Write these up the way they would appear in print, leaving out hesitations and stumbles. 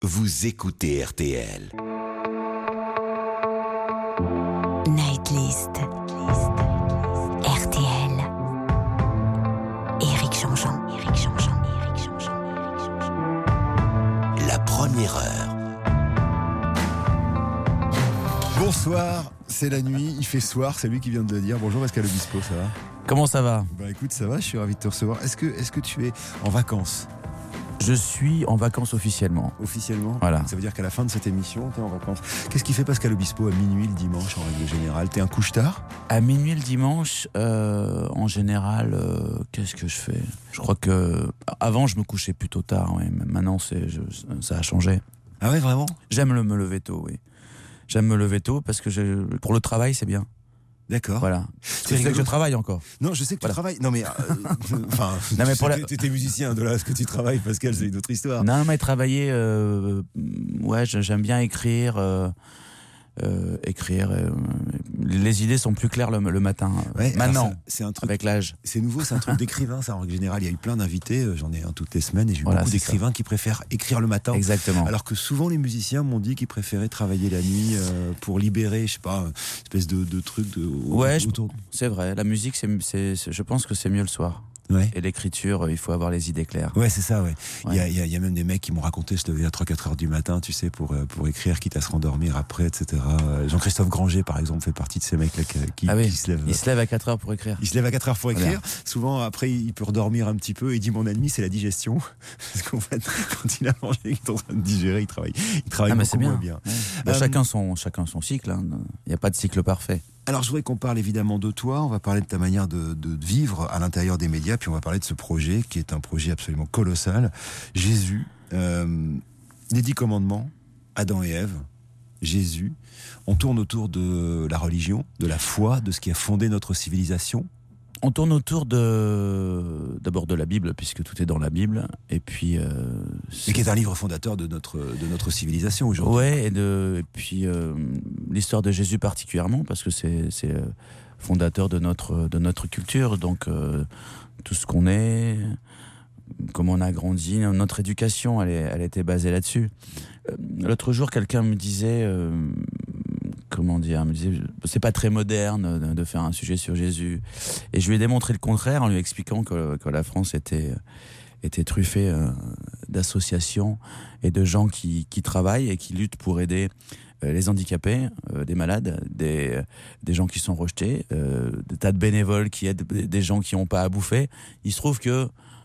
Vous écoutez RTL. Nightlist. RTL. Éric Jean-Jean. La première heure. Bonsoir, c'est la nuit, il fait soir, c'est lui qui vient de le dire. Bonjour Pascal Obispo, ça va? Comment ça va? Bah écoute, ça va, je suis ravi de te recevoir. Est-ce que tu es en vacances? Je suis en vacances officiellement. Officiellement? Voilà. Ça veut dire qu'à la fin de cette émission, tu es en vacances. Qu'est-ce qui fait Pascal Obispo à minuit le dimanche en règle générale? T'es un couche-tard? À minuit le dimanche, en général, qu'est-ce que je fais? Je crois que avant je me couchais plutôt tard, ouais. Maintenant ça a changé. Ah ouais, vraiment? J'aime me lever tôt, oui. J'aime me lever tôt parce que pour le travail c'est bien. D'accord. Voilà. Tu sais que je travaille encore. Non, je sais que tu Voilà. travailles. Non mais, enfin, Non, mais pour t'es musicien, de là à ce que tu travailles, Pascal, c'est une autre histoire. Non, mais travailler, ouais, j'aime bien écrire. Les idées sont plus claires le matin. Ouais, Maintenant, alors c'est un truc. avec l'âge. C'est nouveau, c'est un truc d'écrivain, ça en règle générale. Il y a eu plein d'invités, j'en ai un toutes les semaines, et j'ai eu Voilà, beaucoup c'est d'écrivains qui préfèrent écrire le matin. Exactement. Alors que souvent les musiciens m'ont dit qu'ils préféraient travailler la nuit pour libérer, je sais pas, une espèce de truc Ouais, autour. c'est vrai. La musique, je pense que c'est mieux le soir. Ouais. Et l'écriture, il faut avoir les idées claires. Ouais, c'est ça, ouais. Ouais. Il y a même des mecs qui m'ont raconté se lever à 3-4 heures du matin, tu sais, pour écrire, quitte à se rendormir après, etc. Jean-Christophe Granger, par exemple, fait partie de ces mecs-là qui se lèvent. Il se lève à 4 heures pour écrire. Il se lève à 4 heures pour écrire. Voilà. Souvent, après, il peut redormir un petit peu. Il dit, mon ennemi, c'est la digestion. Parce qu'en fait, quand il a mangé, il est en train de digérer, il travaille Ah, mais beaucoup c'est moins bien. bien. Ouais. Chacun son cycle. Hein. Il n'y a pas de cycle parfait. Alors, je voudrais qu'on parle évidemment de toi. On va parler de ta manière de vivre à l'intérieur des médias. Puis on va parler de ce projet qui est un projet absolument colossal. Jésus, les 10 commandements, Adam et Ève, Jésus. On tourne autour de la religion, de la foi, de ce qui a fondé notre civilisation. On tourne autour d'abord de la Bible, puisque tout est dans la Bible. Et puis. Et qui est un livre fondateur de notre civilisation aujourd'hui. Ouais, et puis l'histoire de Jésus particulièrement, parce que c'est fondateur de notre culture. Donc tout ce qu'on est, comment on a grandi, notre éducation, elle était basée là-dessus. L'autre jour, quelqu'un me disait. Me disait, c'est pas très moderne de faire un sujet sur Jésus. Et je lui ai démontré le contraire en lui expliquant que la France était truffée d'associations et de gens qui travaillent et qui luttent pour aider les handicapés, des malades, des gens qui sont rejetés, des tas de bénévoles qui aident des gens qui n'ont pas à bouffer. Il se trouve que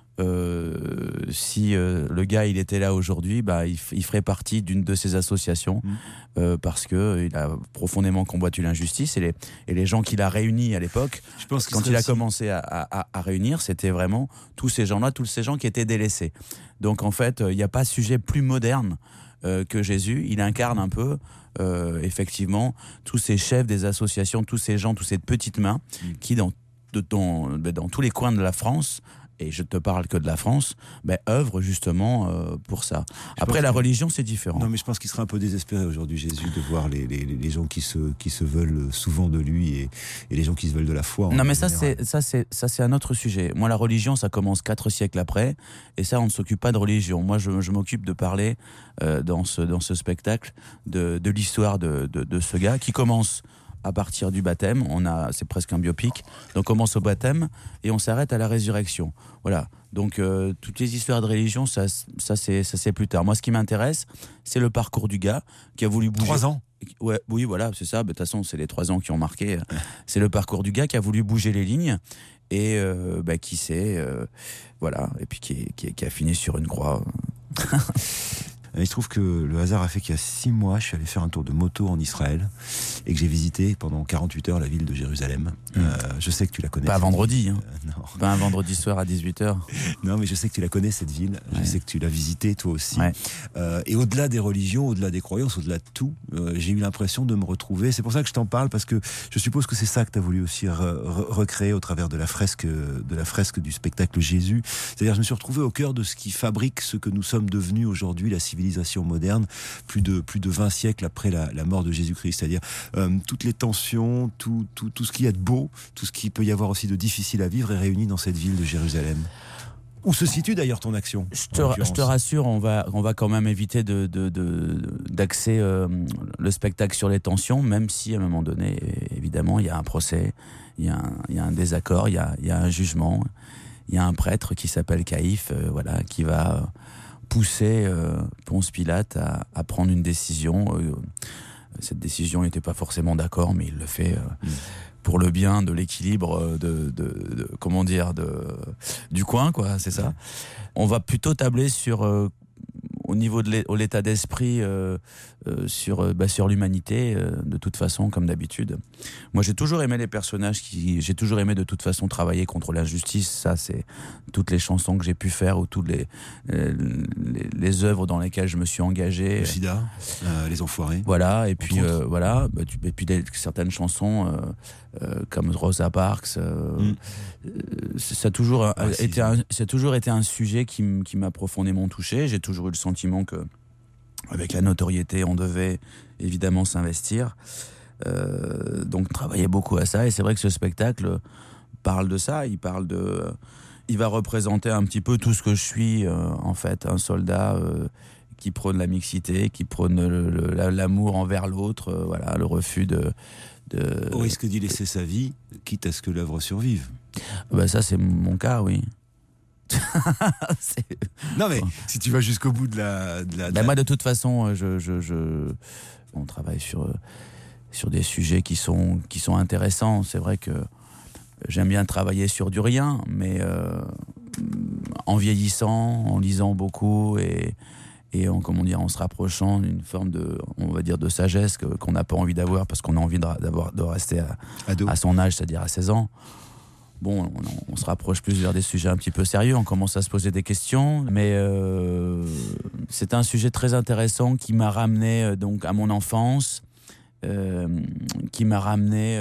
si le gars il était là aujourd'hui, bah il ferait partie d'une de ces associations parce que il a profondément combattu l'injustice et les gens qu'il a réunis à l'époque, Je pense quand il a commencé à réunir, c'était vraiment tous ces gens qui étaient délaissés. Donc en fait, il n'y a pas sujet plus moderne que Jésus. Il incarne un peu effectivement tous ces chefs des associations, tous ces gens, toutes ces petites mains qui dans tous les coins de la France, et je te parle que de la France, œuvrent justement pour ça. Après, la religion, c'est différent. Non, mais je pense qu'il serait un peu désespéré aujourd'hui, Jésus, de voir les gens qui se veulent souvent de lui et les gens qui se veulent de la foi. Non, mais ça c'est un autre sujet. Moi, la religion, ça commence 4 siècles après, et ça, on ne s'occupe pas de religion. Moi, je m'occupe de parler dans ce spectacle de l'histoire de ce gars qui commence à partir du baptême. C'est presque un biopic. Donc on commence au baptême et on s'arrête à la résurrection. Voilà. Donc toutes les histoires de religion, ça c'est plus tard. Moi, ce qui m'intéresse, c'est le parcours du gars qui a voulu bouger. 3 ans. Ouais, oui, voilà, c'est ça. De toute façon, c'est les 3 ans qui ont marqué. C'est le parcours du gars qui a voulu bouger les lignes et qui s'est voilà, et puis qui a fini sur une croix. Il se trouve que le hasard a fait qu'il y a 6 mois, je suis allé faire un tour de moto en Israël et que j'ai visité pendant 48 heures la ville de Jérusalem. Je sais que tu la connais. Pas vendredi, hein. Non. Pas un vendredi soir à 18h. Non, mais je sais que tu la connais, cette ville. Ouais. Je sais que tu l'as visitée, toi aussi. Ouais. Et au-delà des religions, au-delà des croyances, au-delà de tout, j'ai eu l'impression de me retrouver. C'est pour ça que je t'en parle, parce que je suppose que c'est ça que tu as voulu aussi recréer au travers de la fresque du spectacle Jésus. C'est-à-dire, je me suis retrouvé au cœur de ce qui fabrique ce que nous sommes devenus aujourd'hui, la civilisation moderne, plus de 20 siècles après la mort de Jésus-Christ. C'est-à-dire toutes les tensions, tout ce qu'il y a de beau, tout ce qu'il peut y avoir aussi de difficile à vivre est réuni dans cette ville de Jérusalem. Où se situe d'ailleurs ton action? Je te rassure, on va quand même éviter d'axer le spectacle sur les tensions, même si à un moment donné, évidemment, il y a un procès, il y a un désaccord, il y a un jugement, il y a un prêtre qui s'appelle Caïphe, qui va pousser Ponce Pilate à prendre une décision. Cette décision, il n'était pas forcément d'accord, mais il le fait pour le bien de l'équilibre du coin, quoi, c'est ça. On va plutôt tabler sur au niveau de l'état d'esprit sur l'humanité, de toute façon, comme d'habitude. Moi, j'ai toujours aimé les personnages j'ai toujours aimé de toute façon travailler contre l'injustice. Ça, c'est toutes les chansons que j'ai pu faire ou toutes les œuvres dans lesquelles je me suis engagé. Le sida, les enfoirés. Voilà, et puis certaines chansons comme Rosa Parks, ça a toujours été un sujet qui m'a profondément touché. J'ai toujours eu le sentiment que, avec la notoriété, on devait évidemment s'investir. Donc travailler beaucoup à ça. Et c'est vrai que ce spectacle parle de ça. Il va représenter un petit peu tout ce que je suis, en fait, un soldat qui prône la mixité, qui prône l'amour envers l'autre, le refus au risque d'y laisser sa vie, quitte à ce que l'œuvre survive. Ça, c'est mon cas, oui. Non, mais si tu vas jusqu'au bout de la... Moi, de toute façon, on travaille sur des sujets qui sont intéressants. C'est vrai que j'aime bien travailler sur du rien, mais en vieillissant, en lisant beaucoup et en se rapprochant d'une forme de sagesse qu'on n'a pas envie d'avoir parce qu'on a envie de rester à son âge, c'est-à-dire à 16 ans. Bon, on se rapproche plus vers des sujets un petit peu sérieux, on commence à se poser des questions, mais c'est un sujet très intéressant qui m'a ramené donc à mon enfance, qui m'a ramené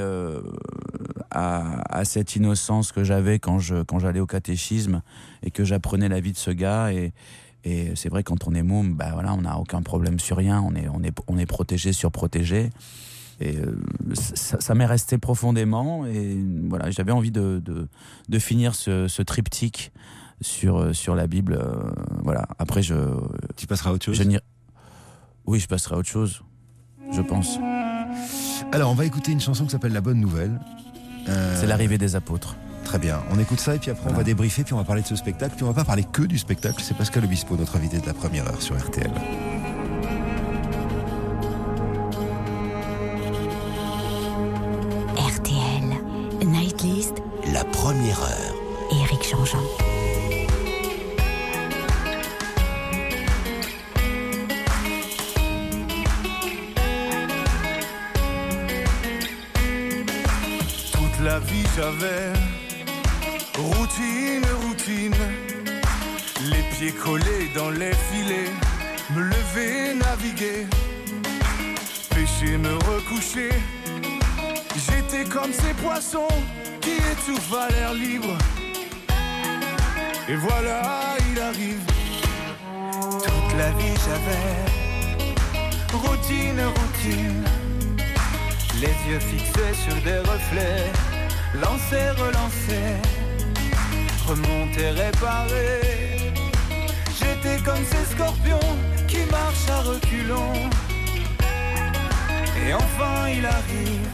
à cette innocence que j'avais quand j'allais au catéchisme et que j'apprenais la vie de ce gars. Et c'est vrai, quand on est môme, on n'a aucun problème sur rien, on est protégé, surprotégé. Et ça m'est resté profondément. Et voilà, j'avais envie de finir ce triptyque sur la Bible. Après, tu passeras à autre chose. Oui, je passerai à autre chose, je pense. Alors, on va écouter une chanson qui s'appelle La Bonne Nouvelle. C'est l'arrivée des apôtres. Très bien, on écoute ça et puis après on va débriefer, puis on va parler de ce spectacle, puis on va pas parler que du spectacle. C'est Pascal Obispo, notre invité de la première heure sur RTL. RTL, Nightlist, la première heure. Éric Jean-Jean. Toute la vie j'avais routine, les pieds collés dans les filets, me lever, naviguer, pêcher, me recoucher. J'étais comme ces poissons qui étouffent à l'air libre. Et voilà, il arrive. Toute la vie j'avais routine, les yeux fixés sur des reflets, lancer, relancer, remonter, réparer. J'étais comme ces scorpions qui marchent à reculons. Et enfin il arrive.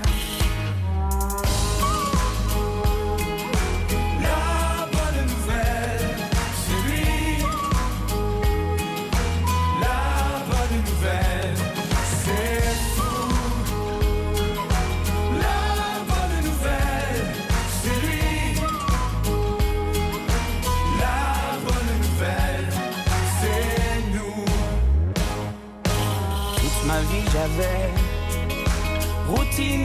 La bonne nouvelle, c'est lui. La bonne nouvelle, c'est fou. La bonne nouvelle, c'est lui. La bonne nouvelle, c'est nous. Toute ma vie j'avais routine,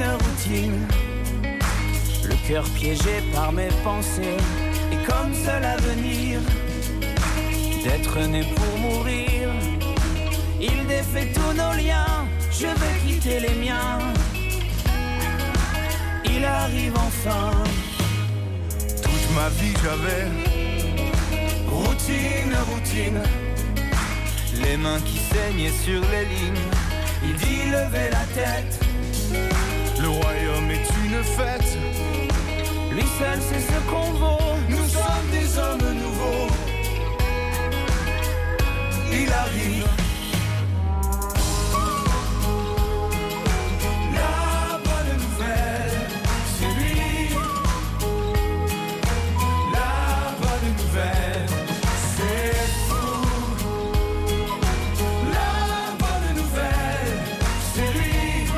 le cœur piégé par mes pensées, et comme seul avenir d'être né pour mourir. Il défait tous nos liens, je vais quitter les miens. Il arrive enfin. Toute ma vie j'avais routine, les mains qui saignaient sur les lignes. Il dit levez la tête, le royaume est une fête. Lui seul sait ce qu'on vaut, nous sommes des hommes nouveaux. il arrive. La bonne nouvelle, c'est lui. La bonne nouvelle, c'est fou. La bonne nouvelle, c'est lui.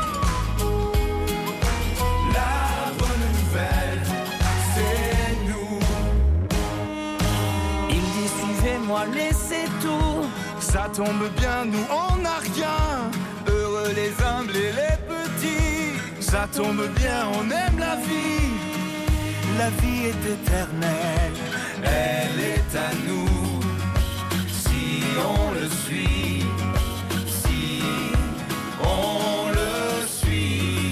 La bonne nouvelle, c'est nous. Il dit suivez-moi, laissez tout. Ça tombe bien, nous on n'a rien. Heureux les humbles et les petits. Ça tombe bien, on aime la vie. La vie est éternelle, elle est à nous. Si on le suit, si on le suit.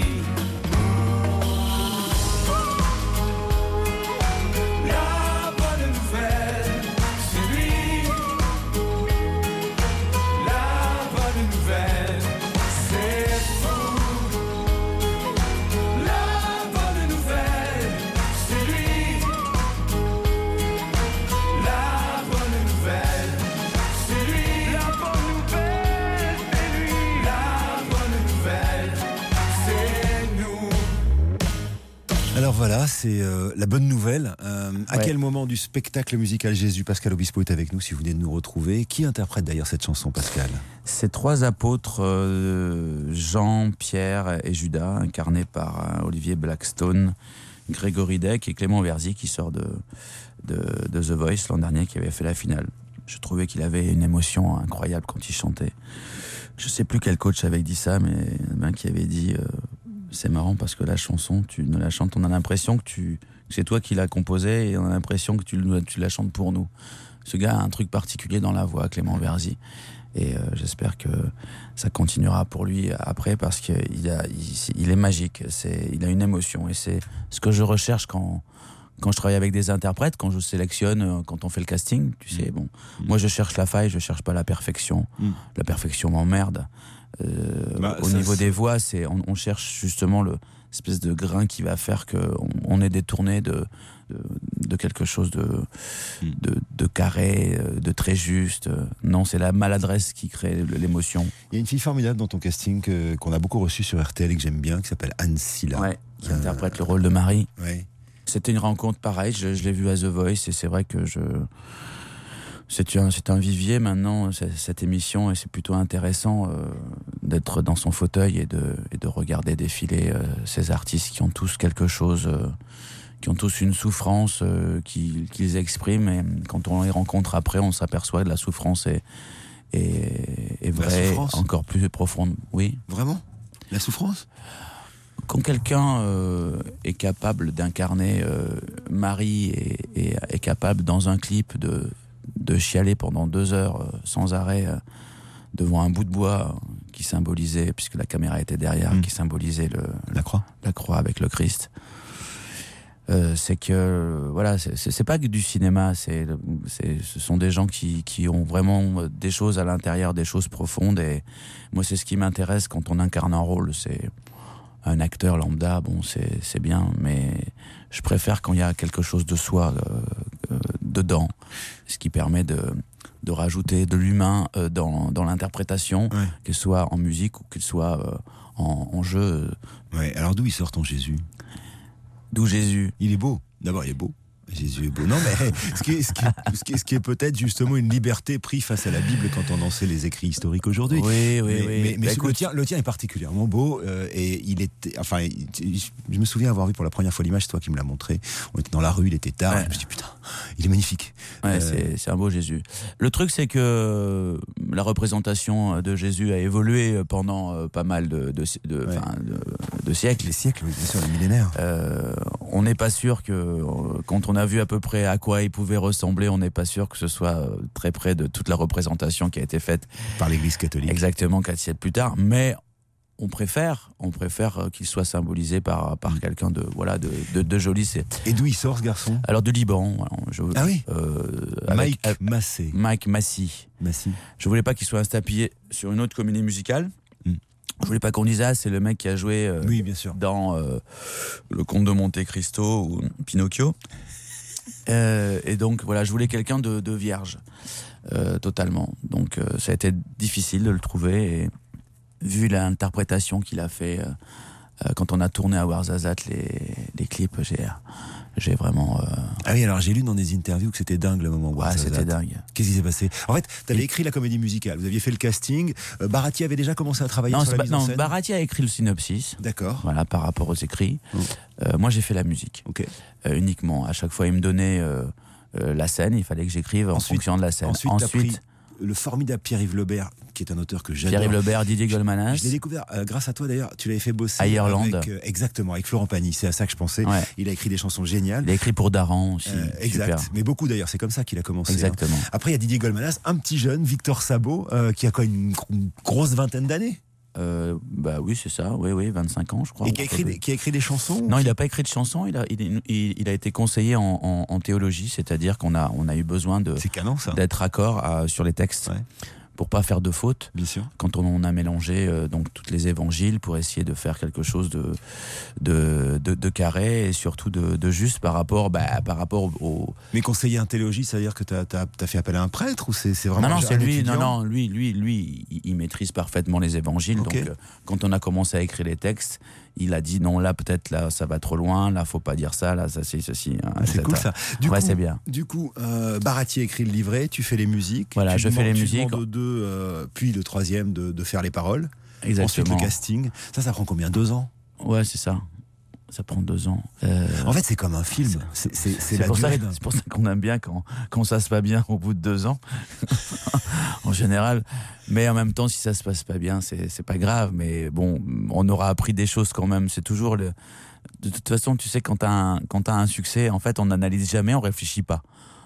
La bonne nouvelle, c'est lui. La bonne nouvelle, c'est fou. La bonne nouvelle, c'est lui. La bonne nouvelle, c'est lui. La bonne nouvelle, c'est lui. La bonne nouvelle, c'est nous. Alors voilà, c'est la bonne nouvelle. À quel moment du spectacle musical Jésus, Pascal Obispo est avec nous, si vous venez de nous retrouver. Qui interprète d'ailleurs cette chanson, Pascal ? Ces trois apôtres, Jean, Pierre et Judas, incarnés par Olivier Blackstone, Grégory Deck et Clément Verzi, qui sort de The Voice l'an dernier, qui avait fait la finale. Je trouvais qu'il avait une émotion incroyable quand il chantait. Je sais plus quel coach avait dit ça, mais un qui avait dit c'est marrant parce que la chanson, tu ne la chantes, on a l'impression que c'est toi qui l'as composée et on a l'impression que tu la chantes pour nous. Ce gars a un truc particulier dans la voix, Clément Verzi. Et j'espère que ça continuera pour lui après parce qu'il est magique. Il a une émotion et c'est ce que je recherche quand je travaille avec des interprètes, quand je sélectionne, quand on fait le casting. Tu sais, bon, moi je cherche la faille, je cherche pas la perfection. La perfection m'emmerde. Au niveau des voix, on cherche justement l'espèce de grain qui va faire qu'on est détourné de quelque chose de carré, de très juste. Non, c'est la maladresse qui crée l'émotion. Il y a une fille formidable dans ton casting qu'on a beaucoup reçue sur RTL et que j'aime bien, qui s'appelle Anne Silla. Ouais, qui interprète le rôle de Marie. Ouais. C'était une rencontre pareille, je l'ai vue à The Voice et c'est vrai que c'est un vivier maintenant, cette émission, et c'est plutôt intéressant d'être dans son fauteuil et de regarder défiler ces artistes qui ont tous quelque chose, qui ont tous une souffrance qu'ils expriment, et quand on les rencontre après, on s'aperçoit que la souffrance est vraie, encore plus profonde. Oui. Vraiment ? La souffrance ? Quand quelqu'un est capable d'incarner Marie et est capable dans un clip de chialer pendant 2 heures sans arrêt devant un bout de bois qui symbolisait, puisque la caméra était derrière, qui symbolisait la croix avec le Christ, c'est que voilà, c'est pas que du cinéma, ce sont des gens qui ont vraiment des choses à l'intérieur, des choses profondes, et moi c'est ce qui m'intéresse quand on incarne un rôle. C'est un acteur lambda, bon, c'est bien, mais je préfère quand il y a quelque chose de soi dedans, ce qui permet de rajouter de l'humain dans l'interprétation, qu'elle soit en musique ou qu'elle soit en jeu. Ouais, alors d'où il sort ton Jésus ? D'où Jésus ? Il est beau. D'abord, il est beau. Jésus est beau. Non, mais ce qui est peut-être justement une liberté prise face à la Bible quand on en sait les écrits historiques aujourd'hui. Oui. Mais le tien est particulièrement beau. Et il était. Enfin, je me souviens avoir vu pour la première fois l'image, c'est toi qui me l'as montré. On était dans la rue, il était tard. Et je me suis dit, putain, il est magnifique. Ouais, c'est un beau Jésus. Le truc, c'est que la représentation de Jésus a évolué pendant pas mal de siècles. Les siècles, oui, bien sûr, les millénaires. On n'est pas sûr que quand on a vu à peu près à quoi il pouvait ressembler, on n'est pas sûr que ce soit très près de toute la représentation qui a été faite par l'Église catholique. Exactement, 4 siècles plus tard. Mais on préfère qu'il soit symbolisé par quelqu'un de joli. Et d'où il sort, ce garçon ? Alors de Liban. Mike Massy. Je voulais pas qu'il soit installé sur une autre comédie musicale. Je voulais pas qu'on dise c'est le mec qui a joué oui, bien sûr. dans Le Comte de Monte Cristo ou Pinocchio. Et donc voilà, je voulais quelqu'un de vierge, totalement. Donc ça a été difficile de le trouver. Et vu l'interprétation qu'il a fait quand on a tourné à Ouarzazate les clips, j'ai vraiment... Ah oui, alors j'ai lu dans des interviews que c'était dingue le moment où c'était dingue. Qu'est-ce qui s'est passé? En fait, tu avais écrit la comédie musicale, vous aviez fait le casting, Bharati avait déjà commencé à travailler sur la mise en scène. Bharati a écrit le synopsis. D'accord. Voilà, par rapport aux écrits. Moi, j'ai fait la musique. Ok. Uniquement. À chaque fois, il me donnait la scène, il fallait que j'écrive en fonction de la scène. Ensuite t'as pris le formidable Pierre-Yves Lebert, qui est un auteur que j'adore. Pierre-Yves Lebert, Didier Golmanas. Je l'ai découvert grâce à toi d'ailleurs. Tu l'avais fait bosser à Irlande. Exactement, avec Florent Pagny. C'est à ça que je pensais. Ouais. Il a écrit des chansons géniales. Il a écrit pour Daran aussi. Exact. Super. Mais beaucoup d'ailleurs. C'est comme ça qu'il a commencé. Exactement. Hein. Après, il y a Didier Golmanas, un petit jeune, Victor Sabot, qui a quoi, une grosse vingtaine d'années. Bah oui, c'est ça. Oui, 25 ans, je crois. Et qui a écrit des chansons. Non, il n'a pas écrit de chansons. Il a été conseiller en théologie, c'est-à-dire qu'on a eu besoin C'est canon, ça. d'être raccord sur les textes. Ouais. Pour pas faire de faute. Bien sûr. Quand on a mélangé donc toutes les évangiles pour essayer de faire quelque chose de carré et surtout de juste par rapport au. Mais conseiller en théologie, ça veut dire que t'as fait appel à un prêtre ou c'est vraiment Non, c'est lui. étudiant? Non, lui, il maîtrise parfaitement les évangiles. Okay. Donc, quand on a commencé à écrire les textes, il a dit non, là peut-être là ça va trop loin, là faut pas dire ça, là ça c'est ceci. C'est cool ça. Du coup, c'est bien. Du coup, Bharati écrit le livret, tu fais les musiques. Voilà, je fais les musiques. Tu demandes puis le troisième de faire les paroles. Exactement. Ensuite le casting. Ça prend combien? 2 ans? Ouais, c'est ça. Ça prend 2 ans. En fait, c'est comme un film. C'est la durée d'un... C'est pour ça qu'on aime bien quand ça se passe bien au bout de 2 ans, en général. Mais en même temps, si ça se passe pas bien, c'est pas grave. Mais bon, on aura appris des choses quand même. C'est toujours de toute façon, tu sais, quand t'as un succès, en fait, on n'analyse jamais, on réfléchit pas.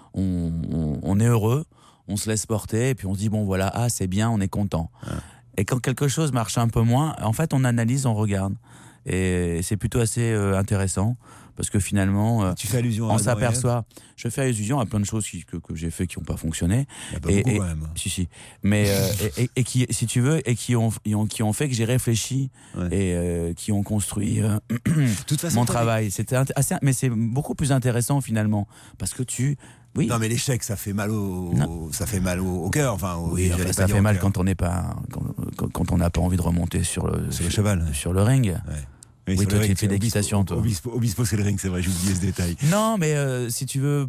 On est heureux, on se laisse porter, et puis on se dit bon voilà, c'est bien, on est content. Ouais. Et quand quelque chose marche un peu moins, en fait, on analyse, on regarde. Et c'est plutôt assez intéressant parce que finalement tu fais allusion à on s'aperçoit, je fais allusion à plein de choses que j'ai fait qui n'ont pas fonctionné. Il y a pas beaucoup quand même. Si mais et qui, si tu veux, et qui ont fait que j'ai réfléchi. Ouais. Et qui ont construit toute façon, mon travail. C'était assez, mais c'est beaucoup plus intéressant finalement parce que oui. Non mais l'échec, ça fait mal ça fait mal au cœur. Enfin, oui, ça fait mal quand on n'est pas, quand on n'a pas envie de remonter sur le cheval, sur le ring. Ouais. Oui, toi tu fais d'équitation, toi. Obispo, c'est le ring, c'est vrai, j'ai oublié ce détail. Non, mais si tu veux,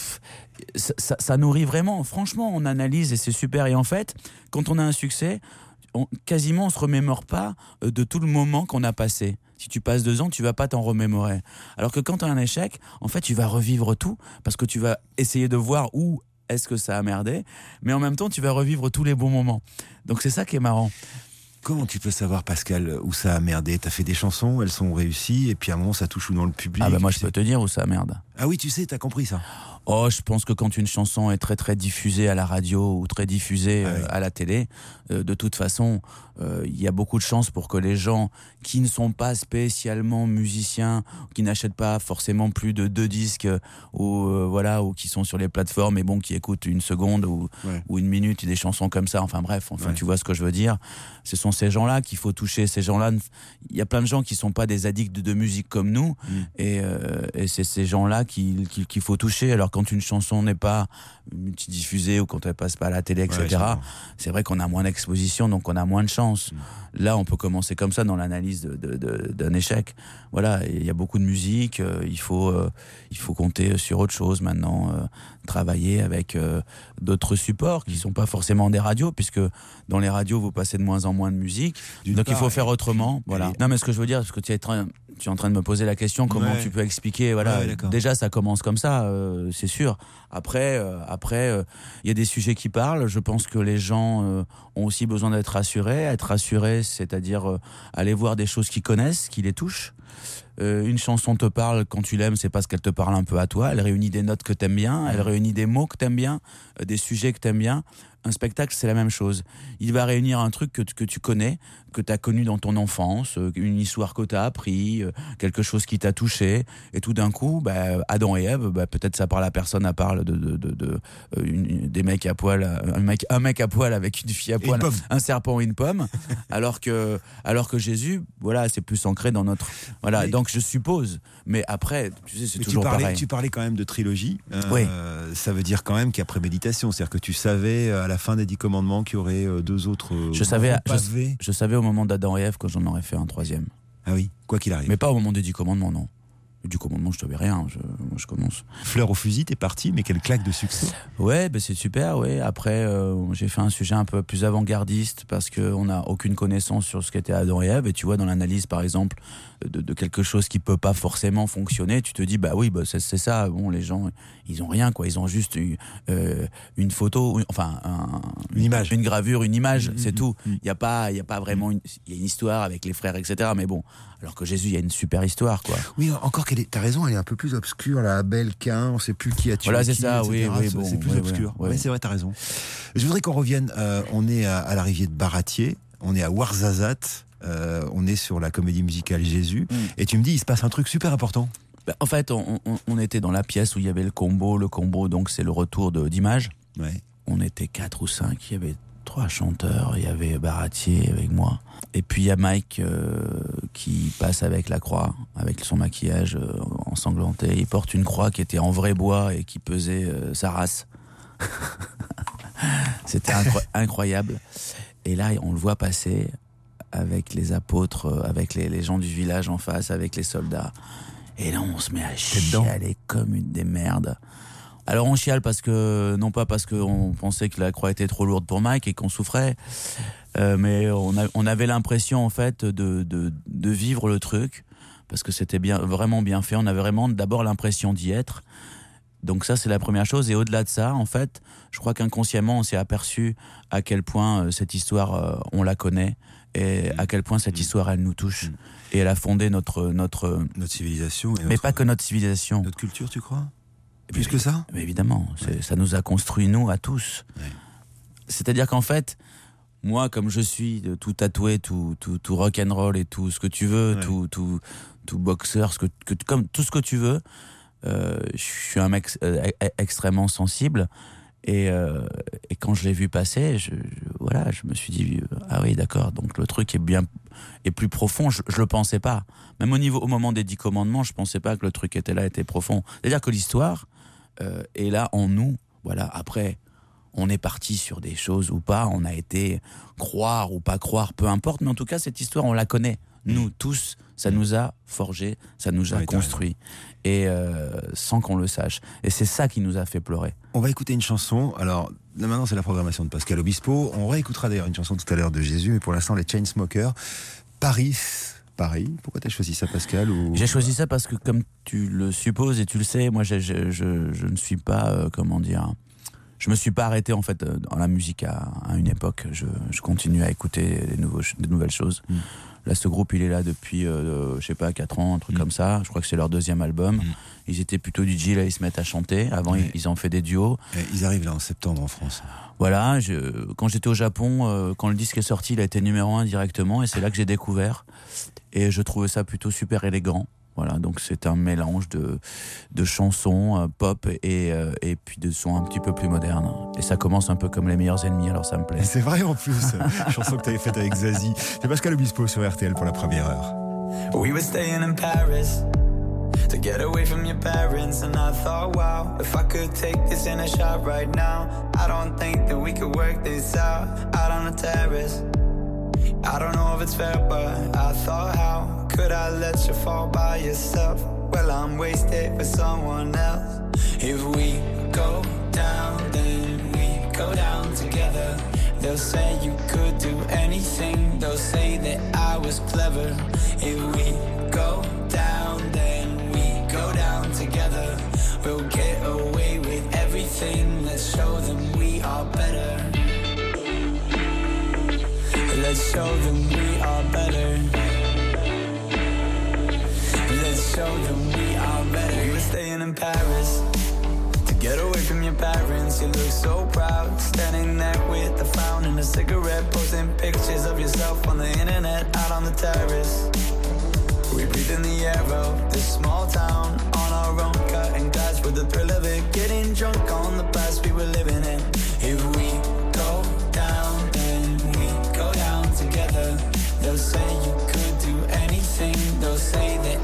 ça nourrit vraiment. Franchement, on analyse et c'est super. Et en fait, quand on a un succès, quasiment on se remémore pas de tout le moment qu'on a passé. Si tu passes 2 ans, tu vas pas t'en remémorer. Alors que quand tu as un échec, en fait, tu vas revivre tout parce que tu vas essayer de voir où est-ce que ça a merdé, mais en même temps, tu vas revivre tous les bons moments. Donc c'est ça qui est marrant. Comment tu peux savoir, Pascal, où ça a merdé? T'as fait des chansons, elles sont réussies, et puis à un moment, ça touche où dans le public? Ah bah moi, je peux te dire où ça merde. Ah oui, tu sais, t'as compris ça? Oh, je pense que quand une chanson est très très diffusée à la radio ou très diffusée à la télé, de toute façon, il y a beaucoup de chances pour que les gens qui ne sont pas spécialement musiciens, qui n'achètent pas forcément plus de 2 disques ou qui sont sur les plateformes et qui écoutent 1 seconde ou 1 minute des chansons comme ça. Enfin bref, tu vois ce que je veux dire. Ce sont ces gens-là qu'il faut toucher. Ces gens-là, il y a plein de gens qui sont pas des addicts de musique comme nous, et c'est ces gens-là qu'il faut toucher. Alors quand une chanson n'est pas multidiffusée ou quand elle passe pas à la télé, etc., c'est vrai qu'on a moins d'exposition, donc on a moins de chance. Là, on peut commencer comme ça dans l'analyse d'un échec. Voilà, il y a beaucoup de musique, il faut compter sur autre chose maintenant, travailler avec d'autres supports qui sont pas forcément des radios, puisque dans les radios, vous passez de moins en moins de musique. Donc il faut faire autrement. Voilà. Non, mais ce que je veux dire, parce que tu es en train de me poser la question, comment tu peux expliquer, voilà. Déjà, ça commence comme ça, c'est sûr. Après, il y a des sujets qui parlent. Je pense que les gens ont aussi besoin d'être rassurés. Être rassurés, c'est-à-dire aller voir des choses qu'ils connaissent, qui les touchent. Une chanson te parle quand tu l'aimes, c'est parce qu'elle te parle un peu à toi. Elle réunit des notes que t'aimes bien, elle réunit des mots que t'aimes bien, des sujets que t'aimes bien. Un spectacle, c'est la même chose. Il va réunir un truc que tu connais, que tu as connu dans ton enfance, une histoire que tu as appris, quelque chose qui t'a touché, et tout d'un coup, Adam et Ève, peut-être ça parle à personne, à part des mecs à poil, un mec à poil avec une fille à poil, un serpent et une pomme, alors que Jésus, voilà, c'est plus ancré dans notre Voilà, Mais- donc je suppose. Mais après, tu sais, c'est Mais toujours pareil. tu parlais quand même de trilogie. Oui. Ça veut dire quand même qu'il y a préméditation. C'est-à-dire que tu savais à la fin des 10 commandements qu'il y aurait 2 autres. Je savais, gros pavés. je savais au moment d'Adam et Ève que j'en aurais fait un troisième. Ah oui, quoi qu'il arrive. Mais pas au moment des 10 commandements, non. Du commandement, je savais rien. Moi, je commence. Fleur au fusil, t'es parti, mais quelle claque de succès. Ouais, ben c'est super. Ouais. Après, j'ai fait un sujet un peu plus avant-gardiste parce qu'on n'a aucune connaissance sur ce qu'était Adam et Ève. Et tu vois, dans l'analyse, par exemple, de quelque chose qui peut pas forcément fonctionner, tu te dis, bah oui, bah c'est ça. Bon, les gens, ils ont rien, quoi. Ils ont juste une photo, Une image. une gravure, une image, c'est tout. Il y a pas vraiment il y a une histoire avec les frères, etc. Mais bon, alors que Jésus, il y a une super histoire, quoi. Oui, encore t'as raison, elle est un peu plus obscure, la Abel, Caïn, on sait plus qui a tué Voilà, c'est qui, ça, etc. oui, bon, c'est plus oui, obscur. oui. Ouais, c'est vrai, t'as raison. Je voudrais qu'on revienne, on est à l'arrivée de Baratier, on est à Ouarzazate, on est sur la comédie musicale Jésus, et tu me dis, il se passe un truc super important. Ben, en fait, on était dans la pièce où il y avait le combo. Le combo, donc, c'est le retour d'images. Ouais. On était 4 ou 5, il y avait 3 chanteurs, il y avait Baratier avec moi. Et puis il y a Mike qui passe avec la croix, avec son maquillage ensanglanté. Il porte une croix qui était en vrai bois et qui pesait sa race. C'était incroyable. Et là, on le voit passer avec les apôtres, avec les gens du village en face, avec les soldats. Et là, on se met à chialer comme des merdes. Alors on chiale non pas parce qu'on pensait que la croix était trop lourde pour Mike et qu'on souffrait, mais on avait l'impression en fait de vivre le truc parce que c'était vraiment bien fait. On avait vraiment d'abord l'impression d'y être. Donc ça c'est la première chose. Et au-delà de ça, en fait, je crois qu'inconsciemment on s'est aperçu à quel point cette histoire on la connaît et à quel point cette histoire elle nous touche et elle a fondé notre civilisation. Mais pas que notre civilisation. Notre culture, tu crois? Plus que ça? Mais évidemment, ça nous a construit, nous, à tous. Ouais. C'est-à-dire qu'en fait, moi, comme je suis tout tatoué, tout rock'n'roll et tout ce que tu veux, tout boxeur, comme tout ce que tu veux, je suis un mec extrêmement sensible. Et quand je l'ai vu passer, je me suis dit, ah oui, d'accord, donc le truc est plus profond. Je le pensais pas. Même au moment des 10 commandements, je pensais pas que le truc était profond. C'est-à-dire que l'histoire est là en nous. Voilà. Après, on est parti sur des choses ou pas. On a été croire ou pas croire, peu importe. Mais en tout cas, cette histoire, on la connaît. Nous tous, ça nous a forgé, ça nous a construit. Et sans qu'on le sache. Et c'est ça qui nous a fait pleurer. On va écouter une chanson. Alors, là, maintenant, c'est la programmation de Pascal Obispo. On réécoutera d'ailleurs une chanson tout à l'heure de Jésus. Mais pour l'instant, les Chainsmokers. Paris. Pourquoi t'as choisi ça, Pascal J'ai choisi ça parce que, comme tu le supposes et tu le sais, moi, je ne suis pas, je me suis pas arrêté en fait dans la musique à une époque. Je continue à écouter des nouvelles choses. Là, ce groupe, il est là depuis, je sais pas, 4 ans, un truc comme ça. Je crois que c'est leur 2e album. Ils étaient plutôt DJ, là, ils se mettent à chanter. Avant, ils ont fait des duos. Ils arrivent là en septembre en France. Voilà, quand j'étais au Japon, quand le disque est sorti, il a été numéro 1 directement. Et c'est là que j'ai découvert. Et je trouvais ça plutôt super élégant. Voilà, donc c'est un mélange de chansons pop et puis de sons un petit peu plus modernes. Et ça commence un peu comme Les Meilleurs Ennemis, alors ça me plaît. C'est vrai en plus, chanson que tu avais faite avec Zazie. C'est Pascal Obispo sur RTL pour la première heure. We were staying in Paris to get away from your parents, and I thought, wow, if I could take this in a shot right now, I don't think that we could work this out on the terrace. I don't know if it's fair, but I thought, how could I let you fall by yourself? Well, I'm wasted for someone else. If we go down, then we go down together. They'll say you could do anything. They'll say that I was clever. If we go down, then we go down together. We'll get away with everything. Let's show them we are better. Let's show them we are better. Let's show them we are better. We were staying in Paris to get away from your parents. You look so proud, standing there with a frown and a cigarette, posting pictures of yourself on the internet, out on the terrace. We breathe in the air of this small town on our own, cutting glass with the thrill of it, getting drunk on the past we were living in. If we go down, then we go down together. They'll say you could do anything. They'll say that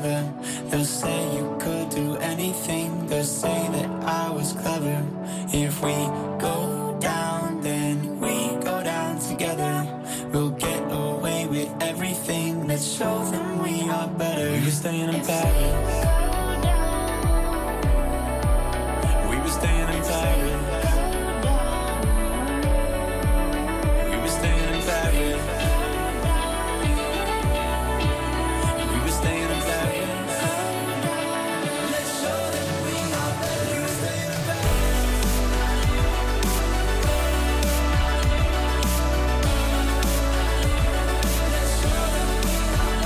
together. They'll say you could do anything. They'll say that I was clever. If we go down, then we go down together. We'll get away with everything. Let's show them we are better. We were staying in Paris. We were staying in Paris. We were staying in Paris. We were staying in Paris. Let's show them we are better. We were staying in Paris. Let's show them we are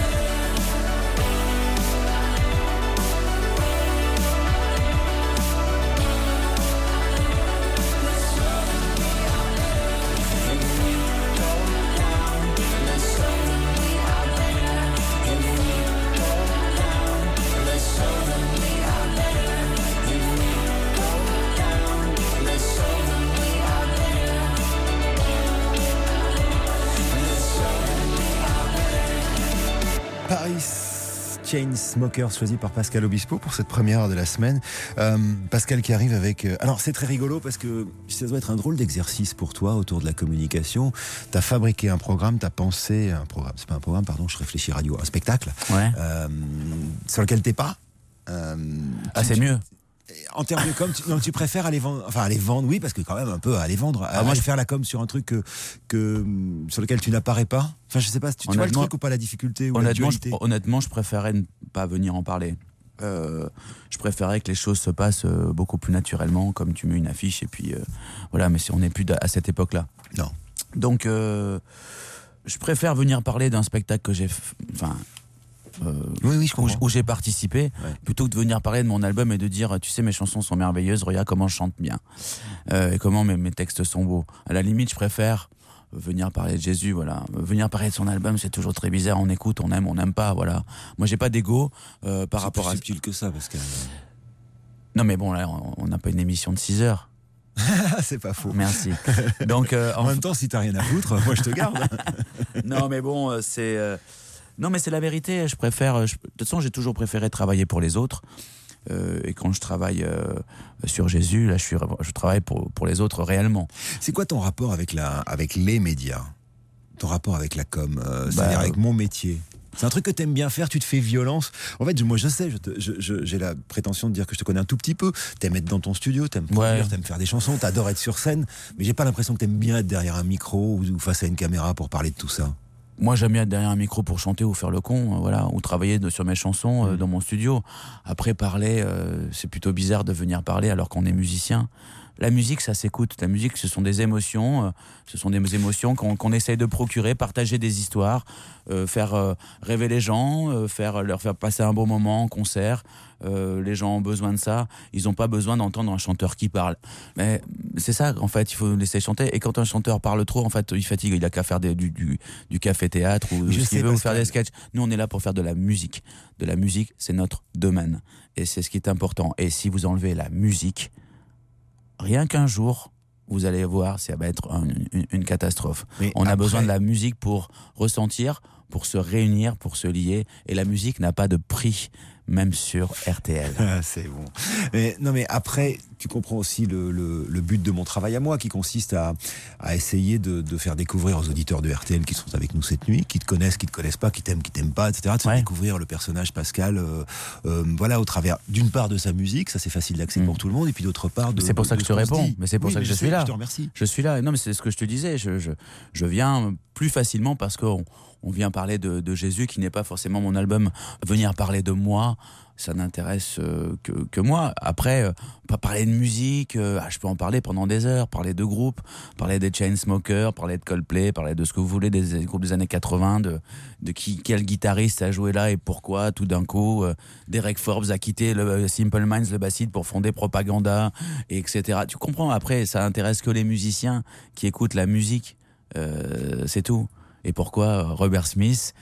Paris Chainsmokers, choisi par Pascal Obispo pour cette première de la semaine. Pascal qui arrive avec... Alors c'est très rigolo parce que ça doit être un drôle d'exercice pour toi autour de la communication. T'as fabriqué un programme, t'as pensé un programme, c'est pas un programme, pardon, je réfléchis radio, un spectacle, sur lequel t'es pas. C'est mieux. En termes de com, tu préfères aller vendre, oui, parce que quand même un peu aller vendre. Moi, je vais faire la com sur un truc sur lequel tu n'apparais pas. Enfin, je sais pas, tu vois le truc ou pas, la difficulté ou la dualité. Honnêtement, je préférais ne pas venir en parler. Je préférais que les choses se passent beaucoup plus naturellement, comme tu mets une affiche et puis voilà. Mais on n'est plus à cette époque-là. Non. Donc, je préfère venir parler d'un spectacle que j'ai, oui, je comprends. Où j'ai participé, plutôt que de venir parler de mon album et de dire, tu sais, mes chansons sont merveilleuses, regarde comment je chante bien, et comment mes textes sont beaux. À la limite, je préfère venir parler de Jésus, voilà. Venir parler de son album, c'est toujours très bizarre, on écoute, on n'aime pas, voilà. Moi, j'ai pas d'ego par rapport à... C'est plus subtil que ça, parce que... Non, mais bon, là, on n'a pas une émission de 6 heures. C'est pas faux. Merci. Donc, en même temps, si t'as rien à foutre, moi, je te garde. Non, mais bon, c'est... Non, mais c'est la vérité. Je préfère. De toute façon, j'ai toujours préféré travailler pour les autres. Et quand je travaille sur Jésus, là, je travaille pour les autres réellement. C'est quoi ton rapport avec les médias ? Ton rapport avec la com, c'est-à-dire avec mon métier ? C'est un truc que t'aimes bien faire, tu te fais violence. En fait, moi je sais, j'ai la prétention de dire que je te connais un tout petit peu. T'aimes être dans ton studio, t'aimes produire, t'aimes faire des chansons, t'adores être sur scène, mais j'ai pas l'impression que t'aimes bien être derrière un micro ou face à une caméra pour parler de tout ça. Moi, j'aime bien être derrière un micro pour chanter ou faire le con, voilà, ou travailler sur mes chansons dans mon studio. Après, parler, c'est plutôt bizarre de venir parler alors qu'on est musicien. La musique, ça s'écoute. La musique, ce sont des émotions. Qu'on essaye de procurer, partager des histoires, faire rêver les gens, leur faire passer un bon moment en concert. Les gens ont besoin de ça. Ils n'ont pas besoin d'entendre un chanteur qui parle. Mais c'est ça, en fait, il faut laisser chanter. Et quand un chanteur parle trop, en fait, il fatigue. Il a qu'à faire du café-théâtre ou ce qu'il veut, ou faire des sketchs. Nous, on est là pour faire de la musique. De la musique, c'est notre domaine. Et c'est ce qui est important. Et si vous enlevez la musique, rien qu'un jour, vous allez voir, ça va être une catastrophe. On a besoin de la musique pour ressentir, pour se réunir, pour se lier. Et la musique n'a pas de prix, même sur RTL. C'est bon. Mais après, tu comprends aussi le but de mon travail à moi, qui consiste à essayer de faire découvrir aux auditeurs de RTL qui sont avec nous cette nuit, qui te connaissent pas, qui t'aiment pas, etc., de faire découvrir le personnage Pascal, voilà, au travers d'une part de sa musique, ça c'est facile d'accès pour tout le monde, et puis d'autre part c'est pour ça que je te réponds, mais c'est pour ça que je suis là. Je te remercie. Je suis là. Non, mais c'est ce que je te disais. Je viens plus facilement parce qu'on vient parler de Jésus, qui n'est pas forcément mon album. Venir parler de moi, ça n'intéresse que moi. Après, pas parler de musique, je peux en parler pendant des heures, parler de groupes, parler des Chainsmokers, parler de Coldplay, parler de ce que vous voulez, des groupes des années 80, de quel guitariste a joué là et pourquoi, tout d'un coup. Derek Forbes a quitté le Simple Minds, le bassiste, pour fonder Propaganda, et etc. Tu comprends, après, ça intéresse que les musiciens qui écoutent la musique, c'est tout. Et pourquoi Robert Smith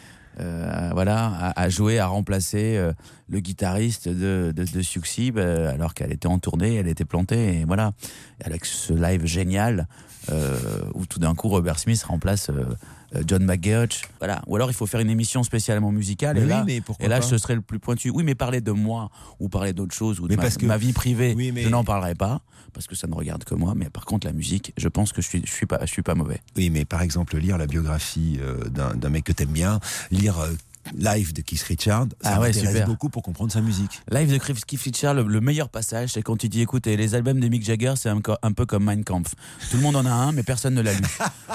a joué, a remplacé le guitariste de Siouxsie, alors qu'elle était en tournée, elle était plantée, et voilà. Et avec ce live génial où tout d'un coup Robert Smith remplace John McGeoch, voilà. Ou alors il faut faire une émission spécialement musicale Mais et oui, là, mais pourquoi et là pas je serais le plus pointu. Oui, mais parler de moi ou parler d'autre chose ou de Mais parce que- ma vie privée, Oui, mais- je n'en parlerai pas parce que ça ne regarde que moi. Mais par contre la musique, je pense que je suis pas mauvais. Oui, mais par exemple, lire la biographie d'un mec que t'aimes bien, lire Live de Keith Richards, ça Ah ouais, m'intéresse super. beaucoup pour comprendre sa musique. Live de Keith Richards, le meilleur passage, c'est quand il dit écoutez, les albums de Mick Jagger, c'est un peu comme Mein Kampf. Tout le monde en a un, mais personne ne l'a lu.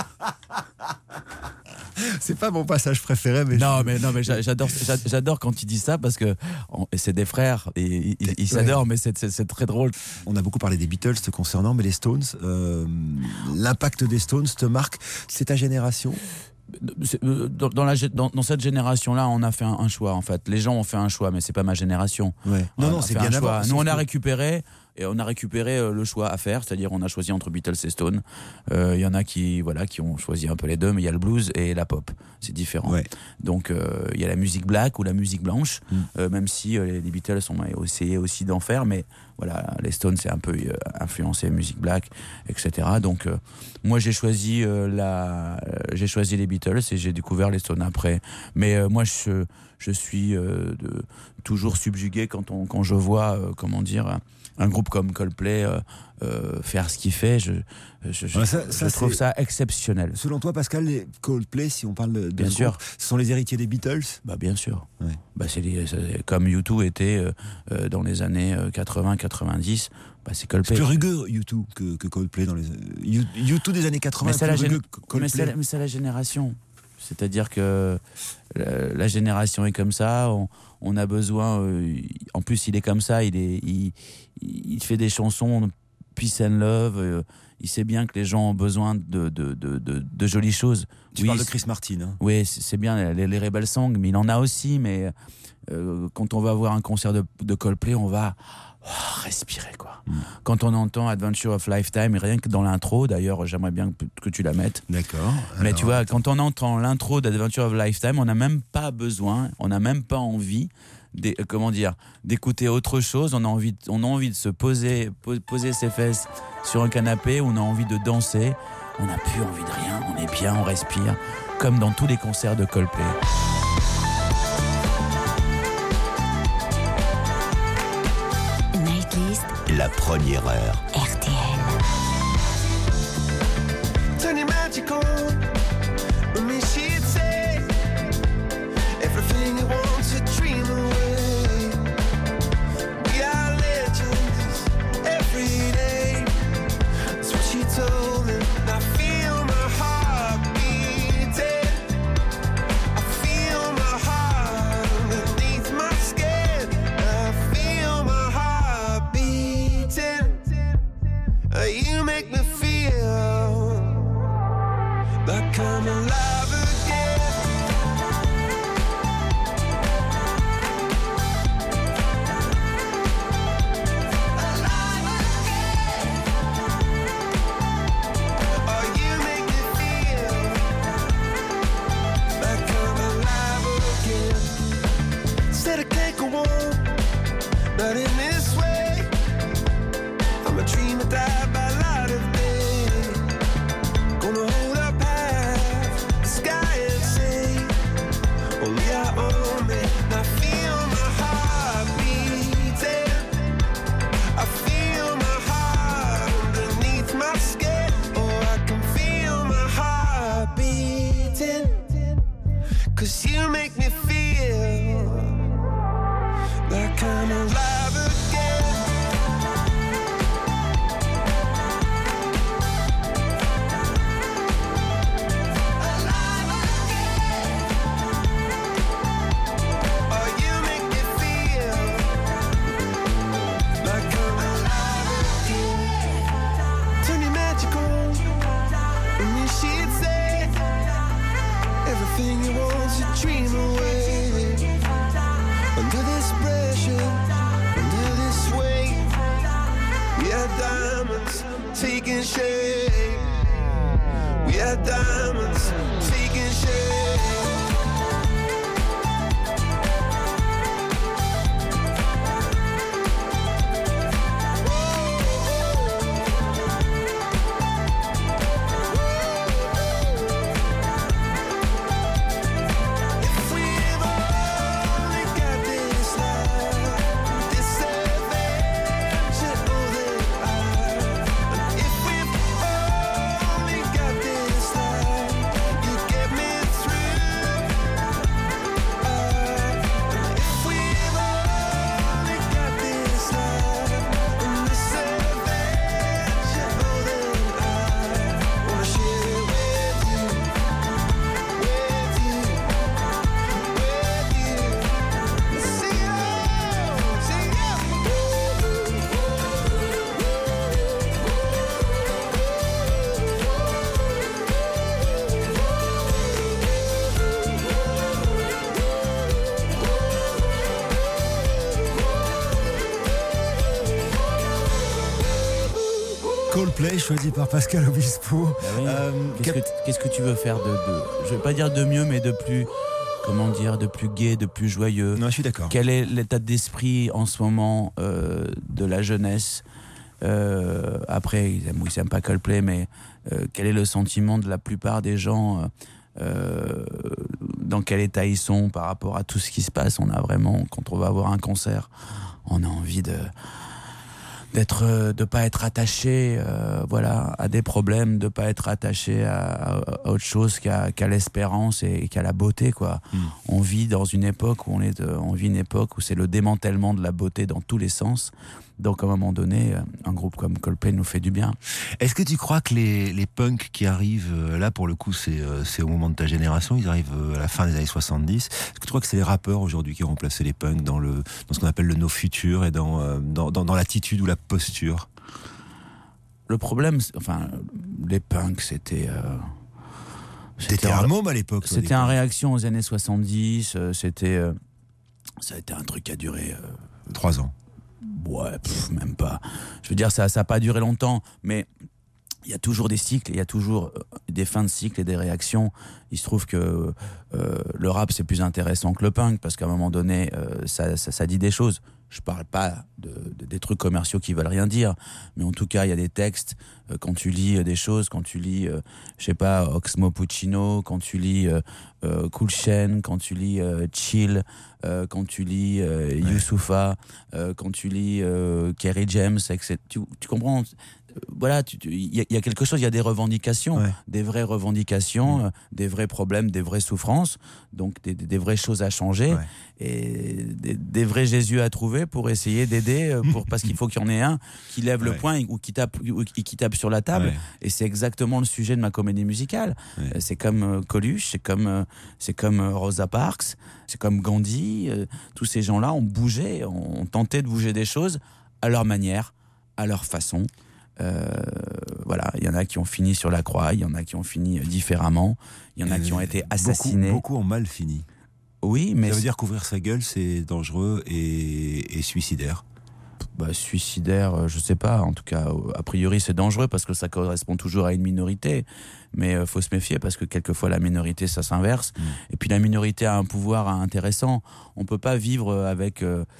C'est pas mon passage préféré, mais Non, mais j'adore quand il dit ça parce que c'est des frères et ils s'adorent, mais c'est très drôle. on a beaucoup parlé des Beatles te concernant, mais les Stones, l'impact des Stones te marque. C'est ta génération? Dans cette génération-là, on a fait un choix en fait. Les gens ont fait un choix, mais c'est pas ma génération. Ouais. Non, On a c'est fait bien un choix. avant. Nous, on sauf a que- récupéré. Et on a récupéré le choix à faire, c'est-à-dire on a choisi entre Beatles et Stones. Il y en a qui ont choisi un peu les deux, mais il y a le blues et la pop, c'est différent. Ouais. Donc il y a la musique black ou la musique blanche, même si les Beatles ont essayé aussi d'en faire, mais voilà, les Stones c'est un peu influencé musique black, etc. Donc moi j'ai choisi les Beatles et j'ai découvert les Stones après. Mais moi je suis toujours subjugué quand je vois comment dire un groupe comme Coldplay faire ce qu'il fait. Je trouve ça exceptionnel. Selon toi, Pascal, les Coldplay, si on parle de Bien ce sûr. groupe, ce sont les héritiers des Beatles? Bah bien sûr. Ouais. Bah c'est comme U2 était dans les années 80-90. Bah c'est C'est Coldplay. plus rugueux U2 que Coldplay dans les U2 des années 80. Mais c'est plus rugueux que mais Coldplay. c'est la génération. C'est-à-dire que la génération est comme ça. On a besoin. En plus, il est comme ça. Il fait des chansons peace and love. Il sait bien que les gens ont besoin de jolies choses. Tu parles de Chris Martin. Hein. Oui, c'est bien les Rebel Songs, mais il en a aussi. Mais quand on va voir un concert de Coldplay, on va respirer quoi. Quand on entend Adventure of Lifetime, et rien que dans l'intro, d'ailleurs, j'aimerais bien que tu la mettes. D'accord. Mais Alors, tu vois, quand on entend l'intro d'Adventure of Lifetime, on n'a même pas besoin, on n'a même pas envie d'écouter autre chose. On a envie de se poser ses fesses sur un canapé, on a envie de danser. On n'a plus envie de rien, on est bien, on respire, comme dans tous les concerts de Coldplay. Nightlist La première heure. RTL. Turn your magic on. With me, she'd say everything you want to dream away. We are legends every day. That's what she told me. I feel my heart beating. I feel my heart underneath my skin. I feel my heart beating. You make me feel like I'm alive again. Alive again. Oh, you make me feel like I'm alive again. Said I can't go on, not in this way. I'm a dreamer died by light of day. Gonna hold up half the sky and say, only I own it. I feel my heart beating. I feel my heart underneath my skin. Oh, I can feel my heart beating. 'Cause you make me feel like I'm alive again. Oh, you make me feel like I'm alive again. Turn your magic on. And me, she'd say everything you want to dream away. Under this pressure, under this weight, we are diamonds taking shape. We are diamonds taking shape. Coldplay, choisi par Pascal Obispo. Ah oui. Qu'est-ce que tu veux faire je vais pas dire de mieux, mais de plus, comment dire, de plus gai, de plus joyeux. Non, je suis d'accord. Quel est l'état d'esprit en ce moment de la jeunesse après, ils aiment pas Coldplay, mais quel est le sentiment de la plupart des gens dans quel état ils sont par rapport à tout ce qui se passe? On a vraiment, quand on va voir un concert, on a envie de pas être attaché à des problèmes, de pas être attaché à autre chose qu'à l'espérance et qu'à la beauté, quoi. On vit dans une époque où c'est le démantèlement de la beauté dans tous les sens. Donc à un moment donné, un groupe comme Coldplay nous fait du bien. Est-ce que tu crois que les punks qui arrivent, là pour le coup c'est au moment de ta génération, ils arrivent à la fin des années 70, est-ce que tu crois que c'est les rappeurs aujourd'hui qui ont remplacé les punks dans ce qu'on appelle le no future et dans l'attitude ou la posture? Le problème, les punks c'était un môme à l'époque. C'était en réaction aux années 70, ça a été un truc qui a duré 3 ans. Ouais, même pas. Je veux dire, ça n'a pas duré longtemps, mais il y a toujours des cycles, il y a toujours des fins de cycle et des réactions. Il se trouve que le rap, c'est plus intéressant que le punk, parce qu'à un moment donné, ça dit des choses. Je parle pas des trucs commerciaux qui veulent rien dire, mais en tout cas, il y a des textes, quand tu lis des choses, quand tu lis, je sais pas, Oxmo Puccino, quand tu lis Cool Chain, quand tu lis Chill, quand tu lis Youssoupha, quand tu lis Kerry James, etc. Tu comprends? Voilà, il y a quelque chose, il y a des revendications, des vraies revendications, des vrais problèmes, des vraies souffrances, donc des vraies choses à changer, et des vrais Jésus à trouver pour essayer d'aider, parce qu'il faut qu'il y en ait un qui lève le poing ou qui tape sur la table, et c'est exactement le sujet de ma comédie musicale. C'est comme Coluche, c'est comme Rosa Parks, c'est comme Gandhi, tous ces gens-là ont bougé, ont tenté de bouger des choses à leur manière, à leur façon. Voilà, il y en a qui ont fini sur la croix, il y en a qui ont fini différemment, il y en a qui ont été assassinés. Beaucoup ont mal fini. Oui, mais ça veut dire qu'ouvrir sa gueule, c'est dangereux et suicidaire. Suicidaire, je sais pas. En tout cas, a priori, c'est dangereux parce que ça correspond toujours à une minorité. Mais faut se méfier parce que quelquefois la minorité, ça s'inverse. Et puis la minorité a un pouvoir intéressant. On peut pas vivre avec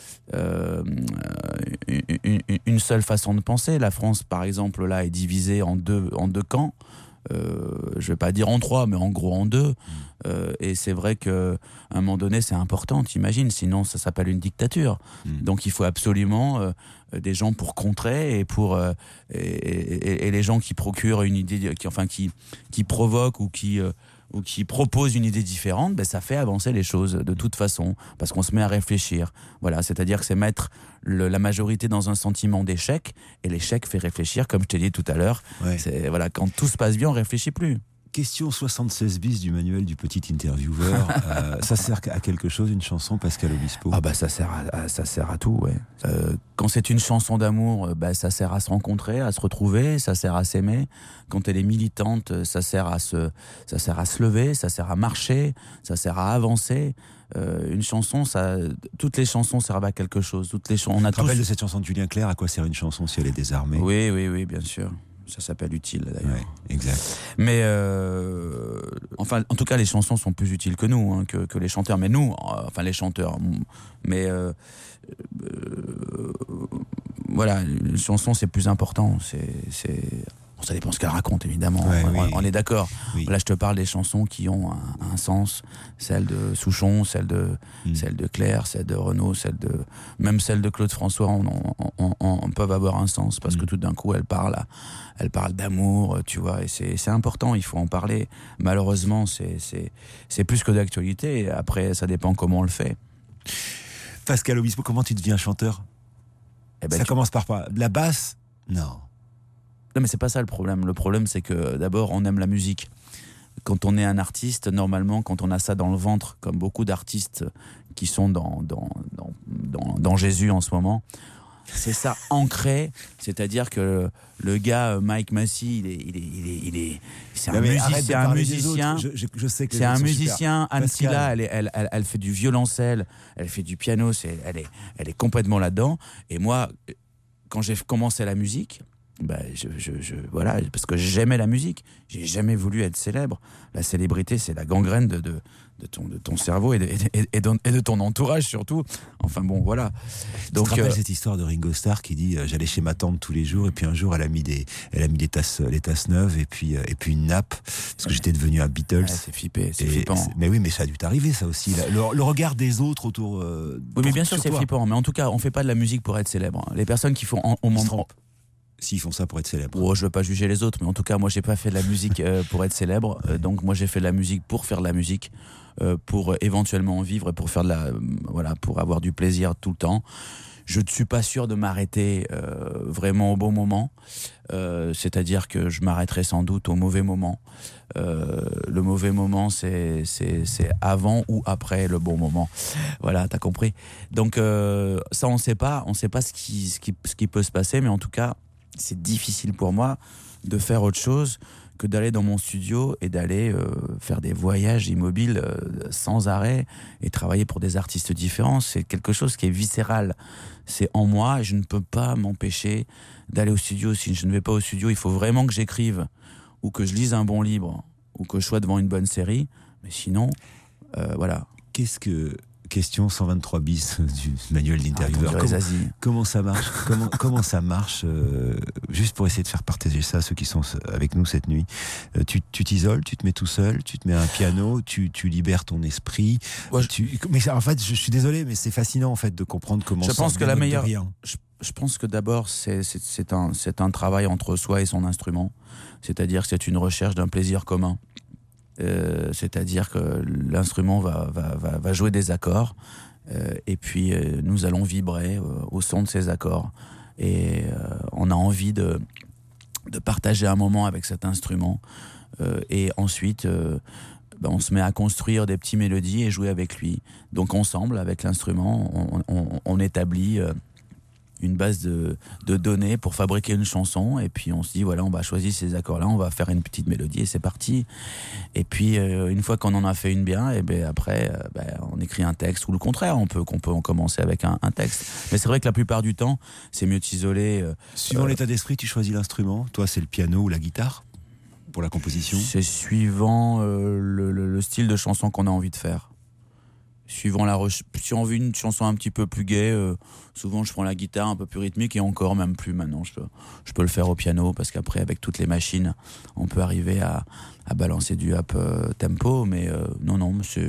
une seule façon de penser. La France, par exemple, là, est divisée en deux camps. Je vais pas dire en 3, mais en gros en 2. Et c'est vrai qu'à un moment donné, c'est important, t'imagines, sinon ça s'appelle une dictature. Donc il faut absolument des gens pour contrer et les gens qui procurent une idée, qui provoquent ou qui proposent une idée différente, ça fait avancer les choses de toute façon, parce qu'on se met à réfléchir. Voilà, c'est-à-dire que c'est mettre la majorité dans un sentiment d'échec, et l'échec fait réfléchir, comme je t'ai dit tout à l'heure. Voilà, quand tout se passe bien, on réfléchit plus. Question 76 bis du manuel du petit intervieweur. Ça sert à quelque chose, une chanson, Pascal Obispo? Ça sert à tout, ouais. Quand c'est une chanson d'amour, ça sert à se rencontrer, à se retrouver, ça sert à s'aimer. Quand elle est militante, ça sert à se lever, ça sert à marcher, ça sert à avancer. Une chanson, toutes les chansons servent à quelque chose. Tu te rappelles de cette chanson de Julien Clerc, à quoi sert une chanson si elle est désarmée? Oui, bien sûr. Ça s'appelle Utile, d'ailleurs. Exact. Mais en tout cas, les chansons sont plus utiles que nous, que les chanteurs. Mais nous, les chanteurs. Mais voilà, les chansons, c'est plus important. Ça dépend ce qu'elle raconte, évidemment. On est d'accord. Oui. Là, je te parle des chansons qui ont un sens. Celle de Souchon, celle de Claire, celle de Renaud, même celle de Claude François, on peuvent avoir un sens, parce que tout d'un coup, elle parle d'amour, tu vois, et c'est important, il faut en parler. Malheureusement, c'est plus que d'actualité. Après, ça dépend comment on le fait. Pascal Obispo, comment tu deviens chanteur? Ça commence par la basse? Non, mais c'est pas ça le problème. Le problème, c'est que d'abord, on aime la musique. Quand on est un artiste, normalement, quand on a ça dans le ventre, comme beaucoup d'artistes qui sont dans Jésus en ce moment, c'est ça ancré. C'est-à-dire que le gars Mike Massey, c'est un musicien. Je sais que c'est un musicien. Anne Silla, elle fait du violoncelle, elle fait du piano. Elle est complètement là-dedans. Et moi, quand j'ai commencé la musique, Voilà, parce que j'aimais la musique. J'ai jamais voulu être célèbre. La célébrité, c'est la gangrène de ton cerveau et de ton entourage surtout. Enfin bon, voilà. Donc, tu te rappelles cette histoire de Ringo Starr qui dit j'allais chez ma tante tous les jours et puis un jour elle a mis les tasses neuves et puis une nappe parce que j'étais devenu un Beatles. Ouais, c'est flippant. Mais oui, mais ça a dû t'arriver ça aussi. Le regard des autres autour. Oui, mais bien sûr c'est flippant. Mais en tout cas, on fait pas de la musique pour être célèbre. Les personnes qui font au moment. S'ils font ça pour être célèbres. Oh, je veux pas juger les autres, mais en tout cas, moi, j'ai pas fait de la musique pour être célèbre. Donc, moi, j'ai fait de la musique pour faire de la musique, pour éventuellement en vivre et pour faire pour avoir du plaisir tout le temps. Je ne suis pas sûr de m'arrêter vraiment au bon moment. C'est-à-dire que je m'arrêterai sans doute au mauvais moment. Le mauvais moment, c'est avant ou après le bon moment. Voilà, t'as compris. Donc ça, on sait pas ce qui peut se passer, mais en tout cas, c'est difficile pour moi de faire autre chose que d'aller dans mon studio et d'aller faire des voyages immobiles sans arrêt et travailler pour des artistes différents. C'est quelque chose qui est viscéral. C'est en moi et je ne peux pas m'empêcher d'aller au studio. Si je ne vais pas au studio, il faut vraiment que j'écrive ou que je lise un bon livre ou que je sois devant une bonne série. Mais sinon, voilà. Question 123 bis du manuel d'intervieweur. Comment ça marche comment ça marche juste pour essayer de faire partager ça à ceux qui sont avec nous cette nuit. Tu t'isoles, tu te mets tout seul, tu te mets un piano, tu libères ton esprit. Ouais, mais en fait, je suis désolé, mais c'est fascinant en fait de comprendre comment. Je pense que la meilleure. Je pense que d'abord c'est un travail entre soi et son instrument. C'est-à-dire que c'est une recherche d'un plaisir commun. C'est-à-dire que l'instrument va jouer des accords et puis nous allons vibrer au son de ces accords et on a envie de partager un moment avec cet instrument et ensuite on se met à construire des petites mélodies et jouer avec lui. Donc ensemble, avec l'instrument, on établit une base de données pour fabriquer une chanson et puis on se dit voilà, on va choisir ces accords-là, on va faire une petite mélodie et c'est parti. Et puis une fois qu'on en a fait une bien, et ben après on écrit un texte ou le contraire, on peut en commencer avec un texte. Mais c'est vrai que la plupart du temps, c'est mieux de s'isoler. Suivant l'état d'esprit, tu choisis l'instrument. Toi, c'est le piano ou la guitare pour la composition. C'est suivant le style de chanson qu'on a envie de faire. Suivant si on veut une chanson un petit peu plus gaie, souvent je prends la guitare un peu plus rythmique et encore même plus maintenant. Je peux le faire au piano parce qu'après avec toutes les machines, on peut arriver à balancer du up tempo. Mais non,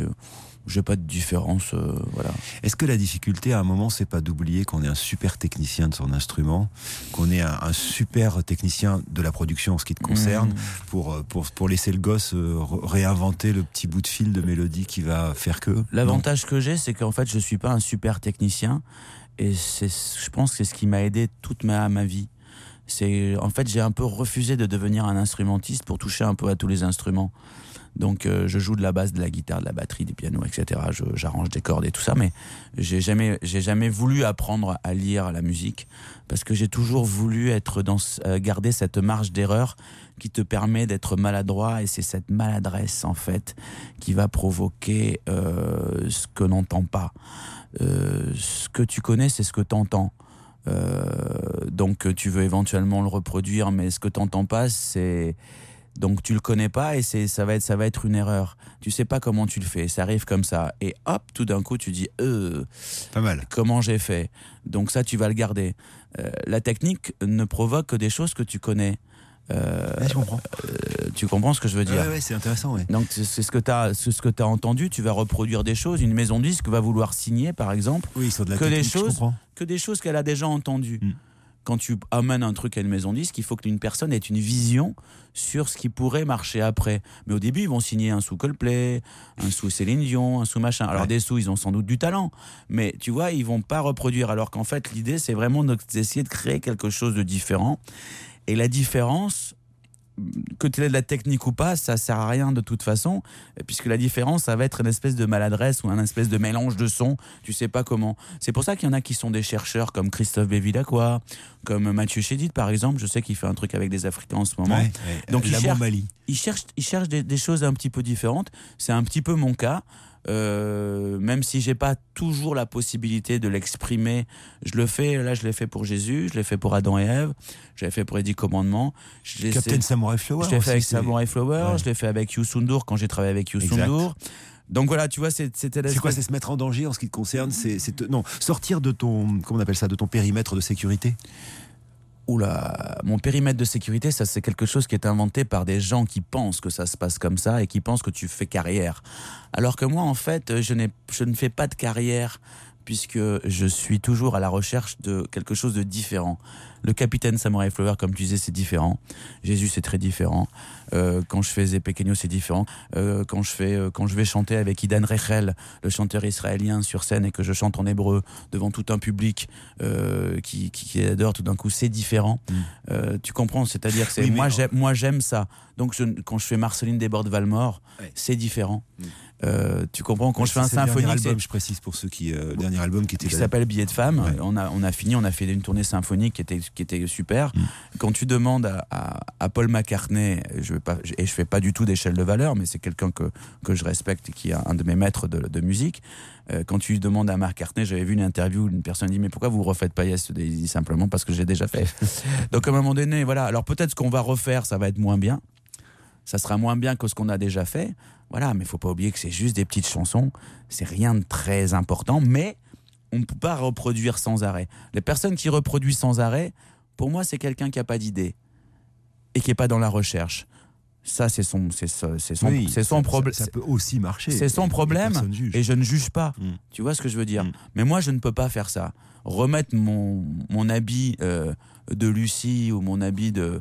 j'ai pas de différence. Voilà. Est-ce que la difficulté à un moment, c'est pas d'oublier qu'on est un super technicien de son instrument, qu'on est un super technicien de la production en ce qui te concerne, pour laisser le gosse réinventer le petit bout de fil de mélodie qui va faire que. L'avantage que j'ai, c'est qu'en fait, je suis pas un super technicien et je pense que c'est ce qui m'a aidé toute ma vie. En fait, j'ai un peu refusé de devenir un instrumentiste pour toucher un peu à tous les instruments. Donc je joue de la basse, de la guitare, de la batterie, du piano, etc. J'arrange des cordes et tout ça, mais j'ai jamais voulu apprendre à lire la musique parce que j'ai toujours voulu garder cette marge d'erreur qui te permet d'être maladroit, et c'est cette maladresse en fait qui va provoquer ce que l'on n'entend pas. Ce que tu connais, c'est ce que tu entends. Donc tu veux éventuellement le reproduire, mais ce que tu n'entends pas, c'est... Donc tu le connais pas et ça va être une erreur. Tu sais pas comment tu le fais, ça arrive comme ça et hop, tout d'un coup tu dis pas mal. Comment j'ai fait. Donc ça tu vas le garder. La technique ne provoque que des choses que tu connais. Je comprends. Tu comprends ce que je veux dire. Ouais, c'est intéressant. Ouais. Donc c'est ce que t'as entendu. Tu vas reproduire des choses. Une maison de disques va vouloir signer, par exemple, sur de la technique, que des choses qu'elle a déjà entendues. Quand tu amènes un truc à une maison de disque, il faut qu'une personne ait une vision sur ce qui pourrait marcher après. Mais au début, ils vont signer un sous Coldplay, un sous Céline Dion, un sous machin. Alors des sous, ils ont sans doute du talent, mais tu vois, ils vont pas reproduire. Alors qu'en fait, l'idée, c'est vraiment d'essayer de créer quelque chose de différent. Et la différence, que tu aies de la technique ou pas, ça sert à rien de toute façon, puisque la différence, ça va être une espèce de maladresse ou un espèce de mélange de sons, tu sais pas comment. C'est pour ça qu'il y en a qui sont des chercheurs comme Christophe Bévilacqua, comme Mathieu Chédid par exemple, je sais qu'il fait un truc avec des Africains en ce moment. Donc il cherche des choses un petit peu différentes, c'est un petit peu mon cas. même si j'ai pas toujours la possibilité de l'exprimer, je le fais. Là, je l'ai fait pour Jésus, je l'ai fait pour Adam et Ève, je l'ai fait pour les 10 commandements. Captain Samurai Flower. Je l'ai fait aussi, avec Samurai Flower, Ouais. je l'ai fait avec Youssou N'Dour quand j'ai travaillé avec Youssou Exact. N'Dour. Donc voilà, tu vois, c'était C'est quoi? C'est se mettre en danger en ce qui te concerne? Non, sortir de ton, comment on appelle ça, de ton périmètre de sécurité? Oula, mon périmètre de sécurité, ça c'est quelque chose qui est inventé par des gens qui pensent que ça se passe comme ça et qui pensent que tu fais carrière. Alors que moi, en fait, je ne fais pas de carrière puisque je suis toujours à la recherche de quelque chose de différent. Le Capitaine Samurai Flower, comme tu disais, c'est différent. Jésus, c'est très différent. Quand je fais Zé Pequeño, c'est différent. Quand je vais chanter avec Idan Rechel, le chanteur israélien, sur scène et que je chante en hébreu devant tout un public qui adore, tout d'un coup, c'est différent. Tu comprends? C'est-à-dire que Oui, moi, j'aime ça. Donc, quand je fais Marceline Desbordes-Valmore, Ouais. c'est différent. Tu comprends? Quand je fais un C'est le symphonique, dernier album, je précise pour ceux qui, le dernier album qui était qui s'appelle Billet de femme. Ouais. On a fait une tournée symphonique qui était super. Quand tu demandes à Paul McCartney, je fais pas du tout d'échelle de valeur, mais c'est quelqu'un que je respecte et qui est un de mes maîtres de musique. Quand tu demandes à McCartney, j'avais vu une interview où une personne dit mais pourquoi vous refaites pas Yesterday? Il dit simplement parce que j'ai déjà fait. Donc à un moment donné, voilà. Alors peut-être ce qu'on va refaire, ça va être moins bien. Ça sera moins bien que ce qu'on a déjà fait. Voilà, mais faut pas oublier que c'est juste des petites chansons. C'est rien de très important, mais on ne peut pas reproduire sans arrêt. Les personnes qui reproduisent sans arrêt, pour moi, c'est quelqu'un qui a pas d'idée et qui est pas dans la recherche. Ça, c'est son problème. Ça peut aussi marcher. C'est son problème et je ne juge pas. Tu vois ce que je veux dire? Mais moi, je ne peux pas faire ça. Remettre mon habit de Lucie ou mon habit de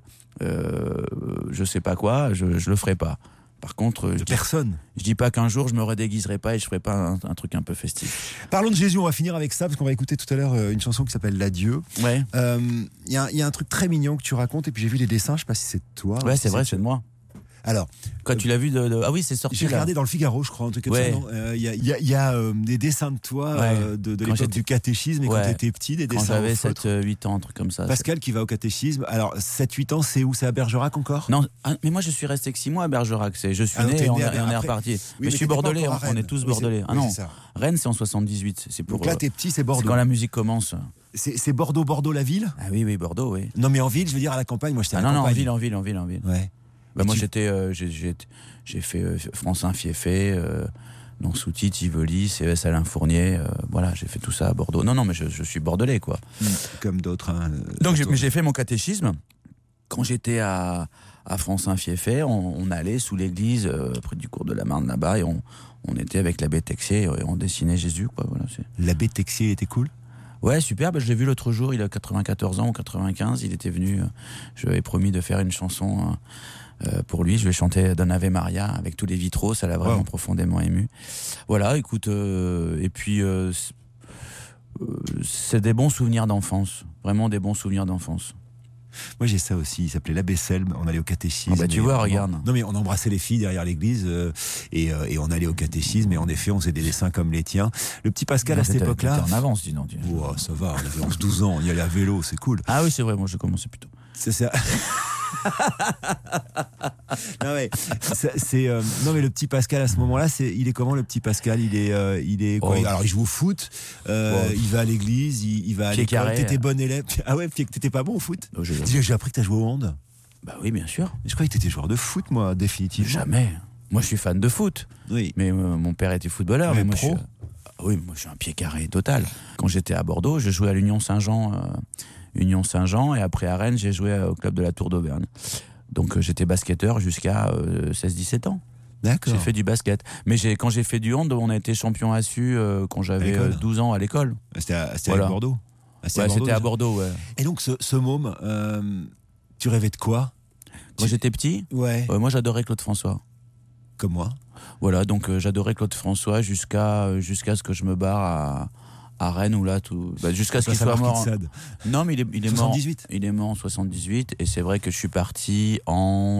je sais pas quoi, je le ferai pas. Par contre, je dis pas qu'un jour je me redéguiserai pas et je ferai pas un truc un peu festif. Parlons de Jésus, on va finir avec ça parce qu'on va écouter tout à l'heure une chanson qui s'appelle L'Adieu. Ouais. Il y a un truc très mignon que tu racontes et puis j'ai vu les dessins, je sais pas si c'est de toi. Ouais, c'est vrai, c'est de moi. Alors, quand tu l'as vu ah oui, c'est sorti. J'ai regardé dans le Figaro, je crois, un truc comme ouais. ça. Il y a des dessins de toi de l'époque du catéchisme et quand tu étais petit, des dessins. Quand j'avais 7-8 ans, un truc comme ça. Pascal qui va au catéchisme. Alors, 7-8 ans, c'est où? C'est à Bergerac encore? Non, mais moi je suis resté que 6 mois à Bergerac. Je suis né et on est reparti. Oui, mais je suis bordelais, on est tous bordelais. Ah non, Rennes c'est en 78. C'est pour. Donc là, t'es petit, c'est Bordeaux. C'est quand la musique commence. C'est Bordeaux, la ville? Ah oui, Bordeaux, oui. Non, mais en ville, je veux dire à la campagne. Moi, j'étais à la campagne. Non, en ville. Ouais. Bah moi j'ai fait France 1 Fieffé, non sous-titres Tivoli, CES Alain Fournier, voilà, j'ai fait tout ça à Bordeaux. Non, mais je suis bordelais quoi. Comme d'autres. Hein, donc j'ai fait mon catéchisme quand j'étais à France 1 Fieffé, on allait sous l'église près du cours de la Marne là-bas et on était avec l'abbé Texier et on dessinait Jésus quoi. Voilà, l'abbé Texier était cool. Ouais, super. Je l'ai vu l'autre jour, il a 94 ans ou 95. Il était venu, je lui avais promis de faire une chanson pour lui. Je lui ai chanté Don Ave Maria avec tous les vitraux, ça l'a vraiment profondément ému. Voilà, écoute, et puis c'est des bons souvenirs d'enfance, vraiment des bons souvenirs d'enfance. Moi j'ai ça aussi, il s'appelait l'abbé Selme, on allait au catéchisme. Ah bah tu vois, regarde. Non mais on embrassait les filles derrière l'église et on allait au catéchisme et en effet on faisait des dessins comme les tiens. Le petit Pascal à cette époque-là... T'étais en avance, dis donc. Wow, ça va, on avait 11-12 ans, on y allait à vélo, c'est cool. Ah oui c'est vrai, moi j'ai commencé plus tôt. C'est ça. Non mais le petit Pascal à ce moment-là, il est comment le petit Pascal? Il est quoi? Alors il joue au foot, il va à l'église, il va à l'école. T'étais bon élève. Ah ouais, t'étais pas bon au foot? J'ai appris que t'as joué au hand. Bah oui, bien sûr. Je croyais que t'étais joueur de foot, moi, définitivement. Jamais. Moi, je suis fan de foot. Oui. Mais mon père était footballeur. Mais moi, pro. Oui, moi, je suis un pied carré total. Quand j'étais à Bordeaux, je jouais à l'Union Saint-Jean. Union Saint-Jean et après à Rennes j'ai joué au club de la Tour d'Auvergne, donc j'étais basketteur jusqu'à 16-17 ans. D'accord. J'ai fait du basket, mais quand j'ai fait du hand on a été champion assu quand j'avais 12 ans à l'école. C'était à Bordeaux. C'était à Bordeaux, ouais. Et donc ce môme, tu rêvais de quoi quand j'étais petit? Moi j'adorais Claude François. Comme moi. Voilà, donc j'adorais Claude François jusqu'à ce que je me barre à Rennes ou là tout jusqu'à ce qu'il soit mort. Non mais il est 78. Il est mort en 78 et c'est vrai que je suis parti en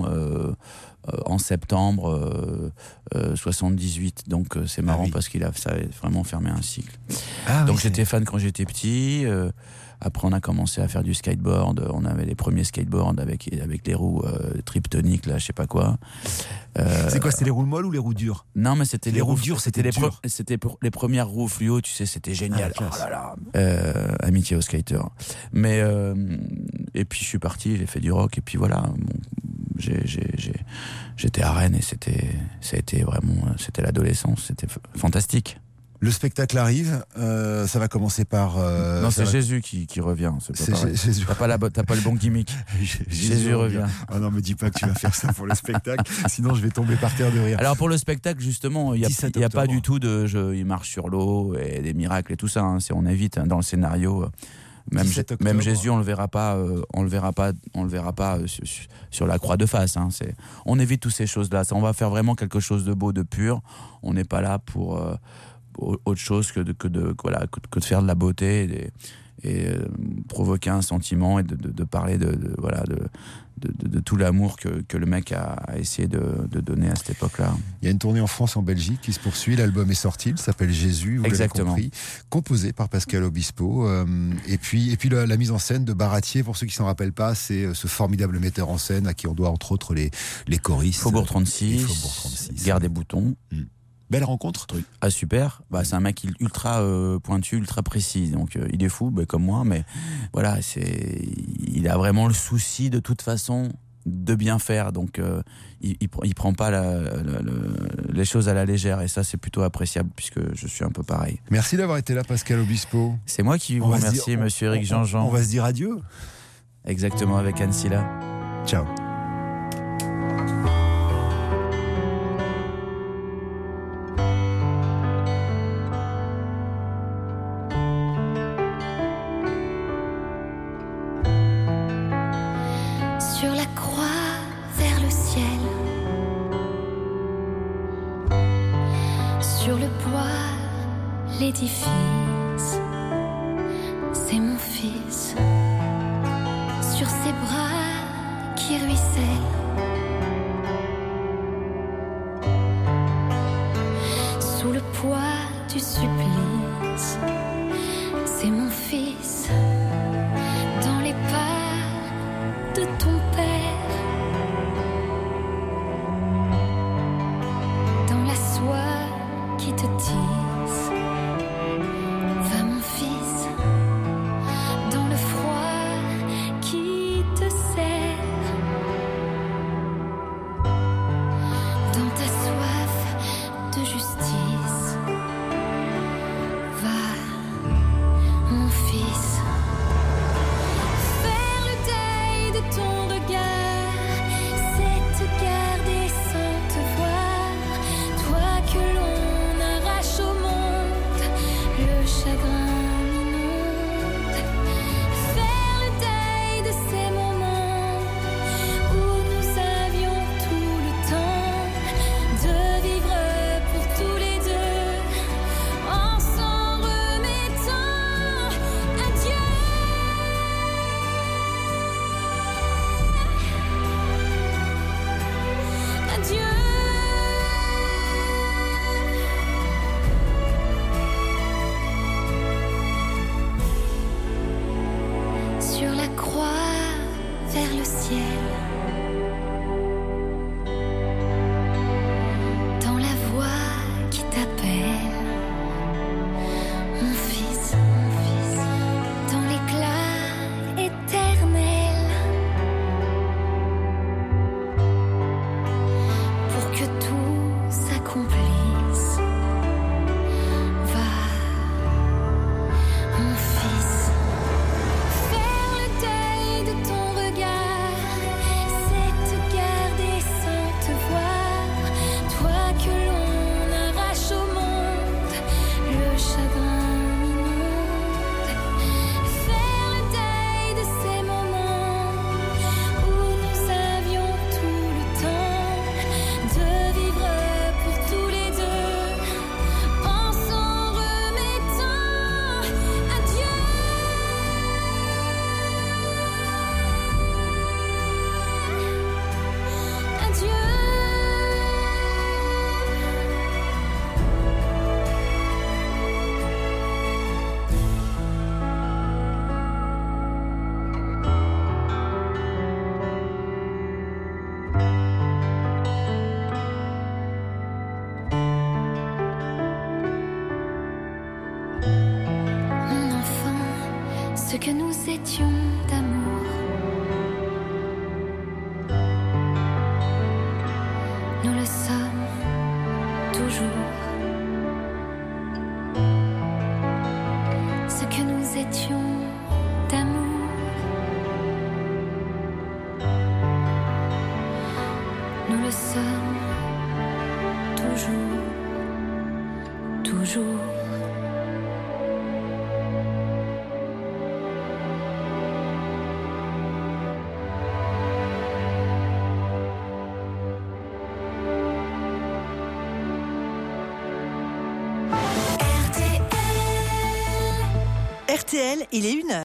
septembre 78, donc c'est marrant parce ça a vraiment fermé un cycle. Donc j'étais fan quand j'étais petit. Après, on a commencé à faire du skateboard. On avait les premiers skateboards avec les roues Triptonic, là, je sais pas quoi. C'est quoi, c'était les roues molles ou les roues dures? Non, mais c'était les roues dures, c'était dur. c'était pour les premières roues fluo, tu sais, c'était génial. Ah, oh là là. Amitié aux skaters. Mais et puis je suis parti, j'ai fait du rock et puis voilà. Bon, j'étais à Rennes et c'était l'adolescence, c'était fantastique. Le spectacle arrive, ça va commencer par... non, c'est Jésus qui revient. C'est pas pareil. Jésus. T'as pas le bon gimmick. Jésus revient. Oh non, me dis pas que tu vas faire ça pour le spectacle, sinon je vais tomber par terre de rire. Alors pour le spectacle, justement, il n'y a pas du tout de il marche sur l'eau et des miracles et tout ça. Hein. On évite dans le scénario. Même Jésus, on le verra pas sur la croix de face. Hein. On évite toutes ces choses-là. On va faire vraiment quelque chose de beau, de pur. On n'est pas là pour autre chose que de faire de la beauté et provoquer un sentiment et de parler de tout l'amour que le mec a essayé de donner à cette époque-là. Il y a une tournée en France, en Belgique qui se poursuit. L'album est sorti, il s'appelle Jésus, vous l'avez compris, composé par Pascal Obispo. Et puis la mise en scène de Baratier, pour ceux qui s'en rappellent pas, c'est ce formidable metteur en scène à qui on doit entre autres les choristes. Faubourg 36, Gare des Boutons. Belle rencontre. Ah super, c'est un mec ultra pointu, ultra précis, donc il est fou, comme moi, mais voilà, il a vraiment le souci de toute façon de bien faire, donc il prend pas les choses à la légère, et ça c'est plutôt appréciable puisque je suis un peu pareil. Merci d'avoir été là, Pascal Obispo. C'est moi qui vous remercie, monsieur Éric Jean-Jean. On va se dire adieu. Exactement, avec Anne Silla. Ciao. Sur la croix vers le ciel, sur le bois, l'édifice, c'est mon fils, sur ses bras qui ruissellent, sous le poids du supplice, c'est mon fils, dans les pas de ton Père, dans la soie qui te tisse, va mon fils, dans le froid qui te serre, dans ta soif de justice, va mon fils. Mon enfant, ce que nous étions d'amour. Nous le sommes toujours. Ce que nous étions d'amour. Nous le sommes toujours, toujours. RTL, il est 1h.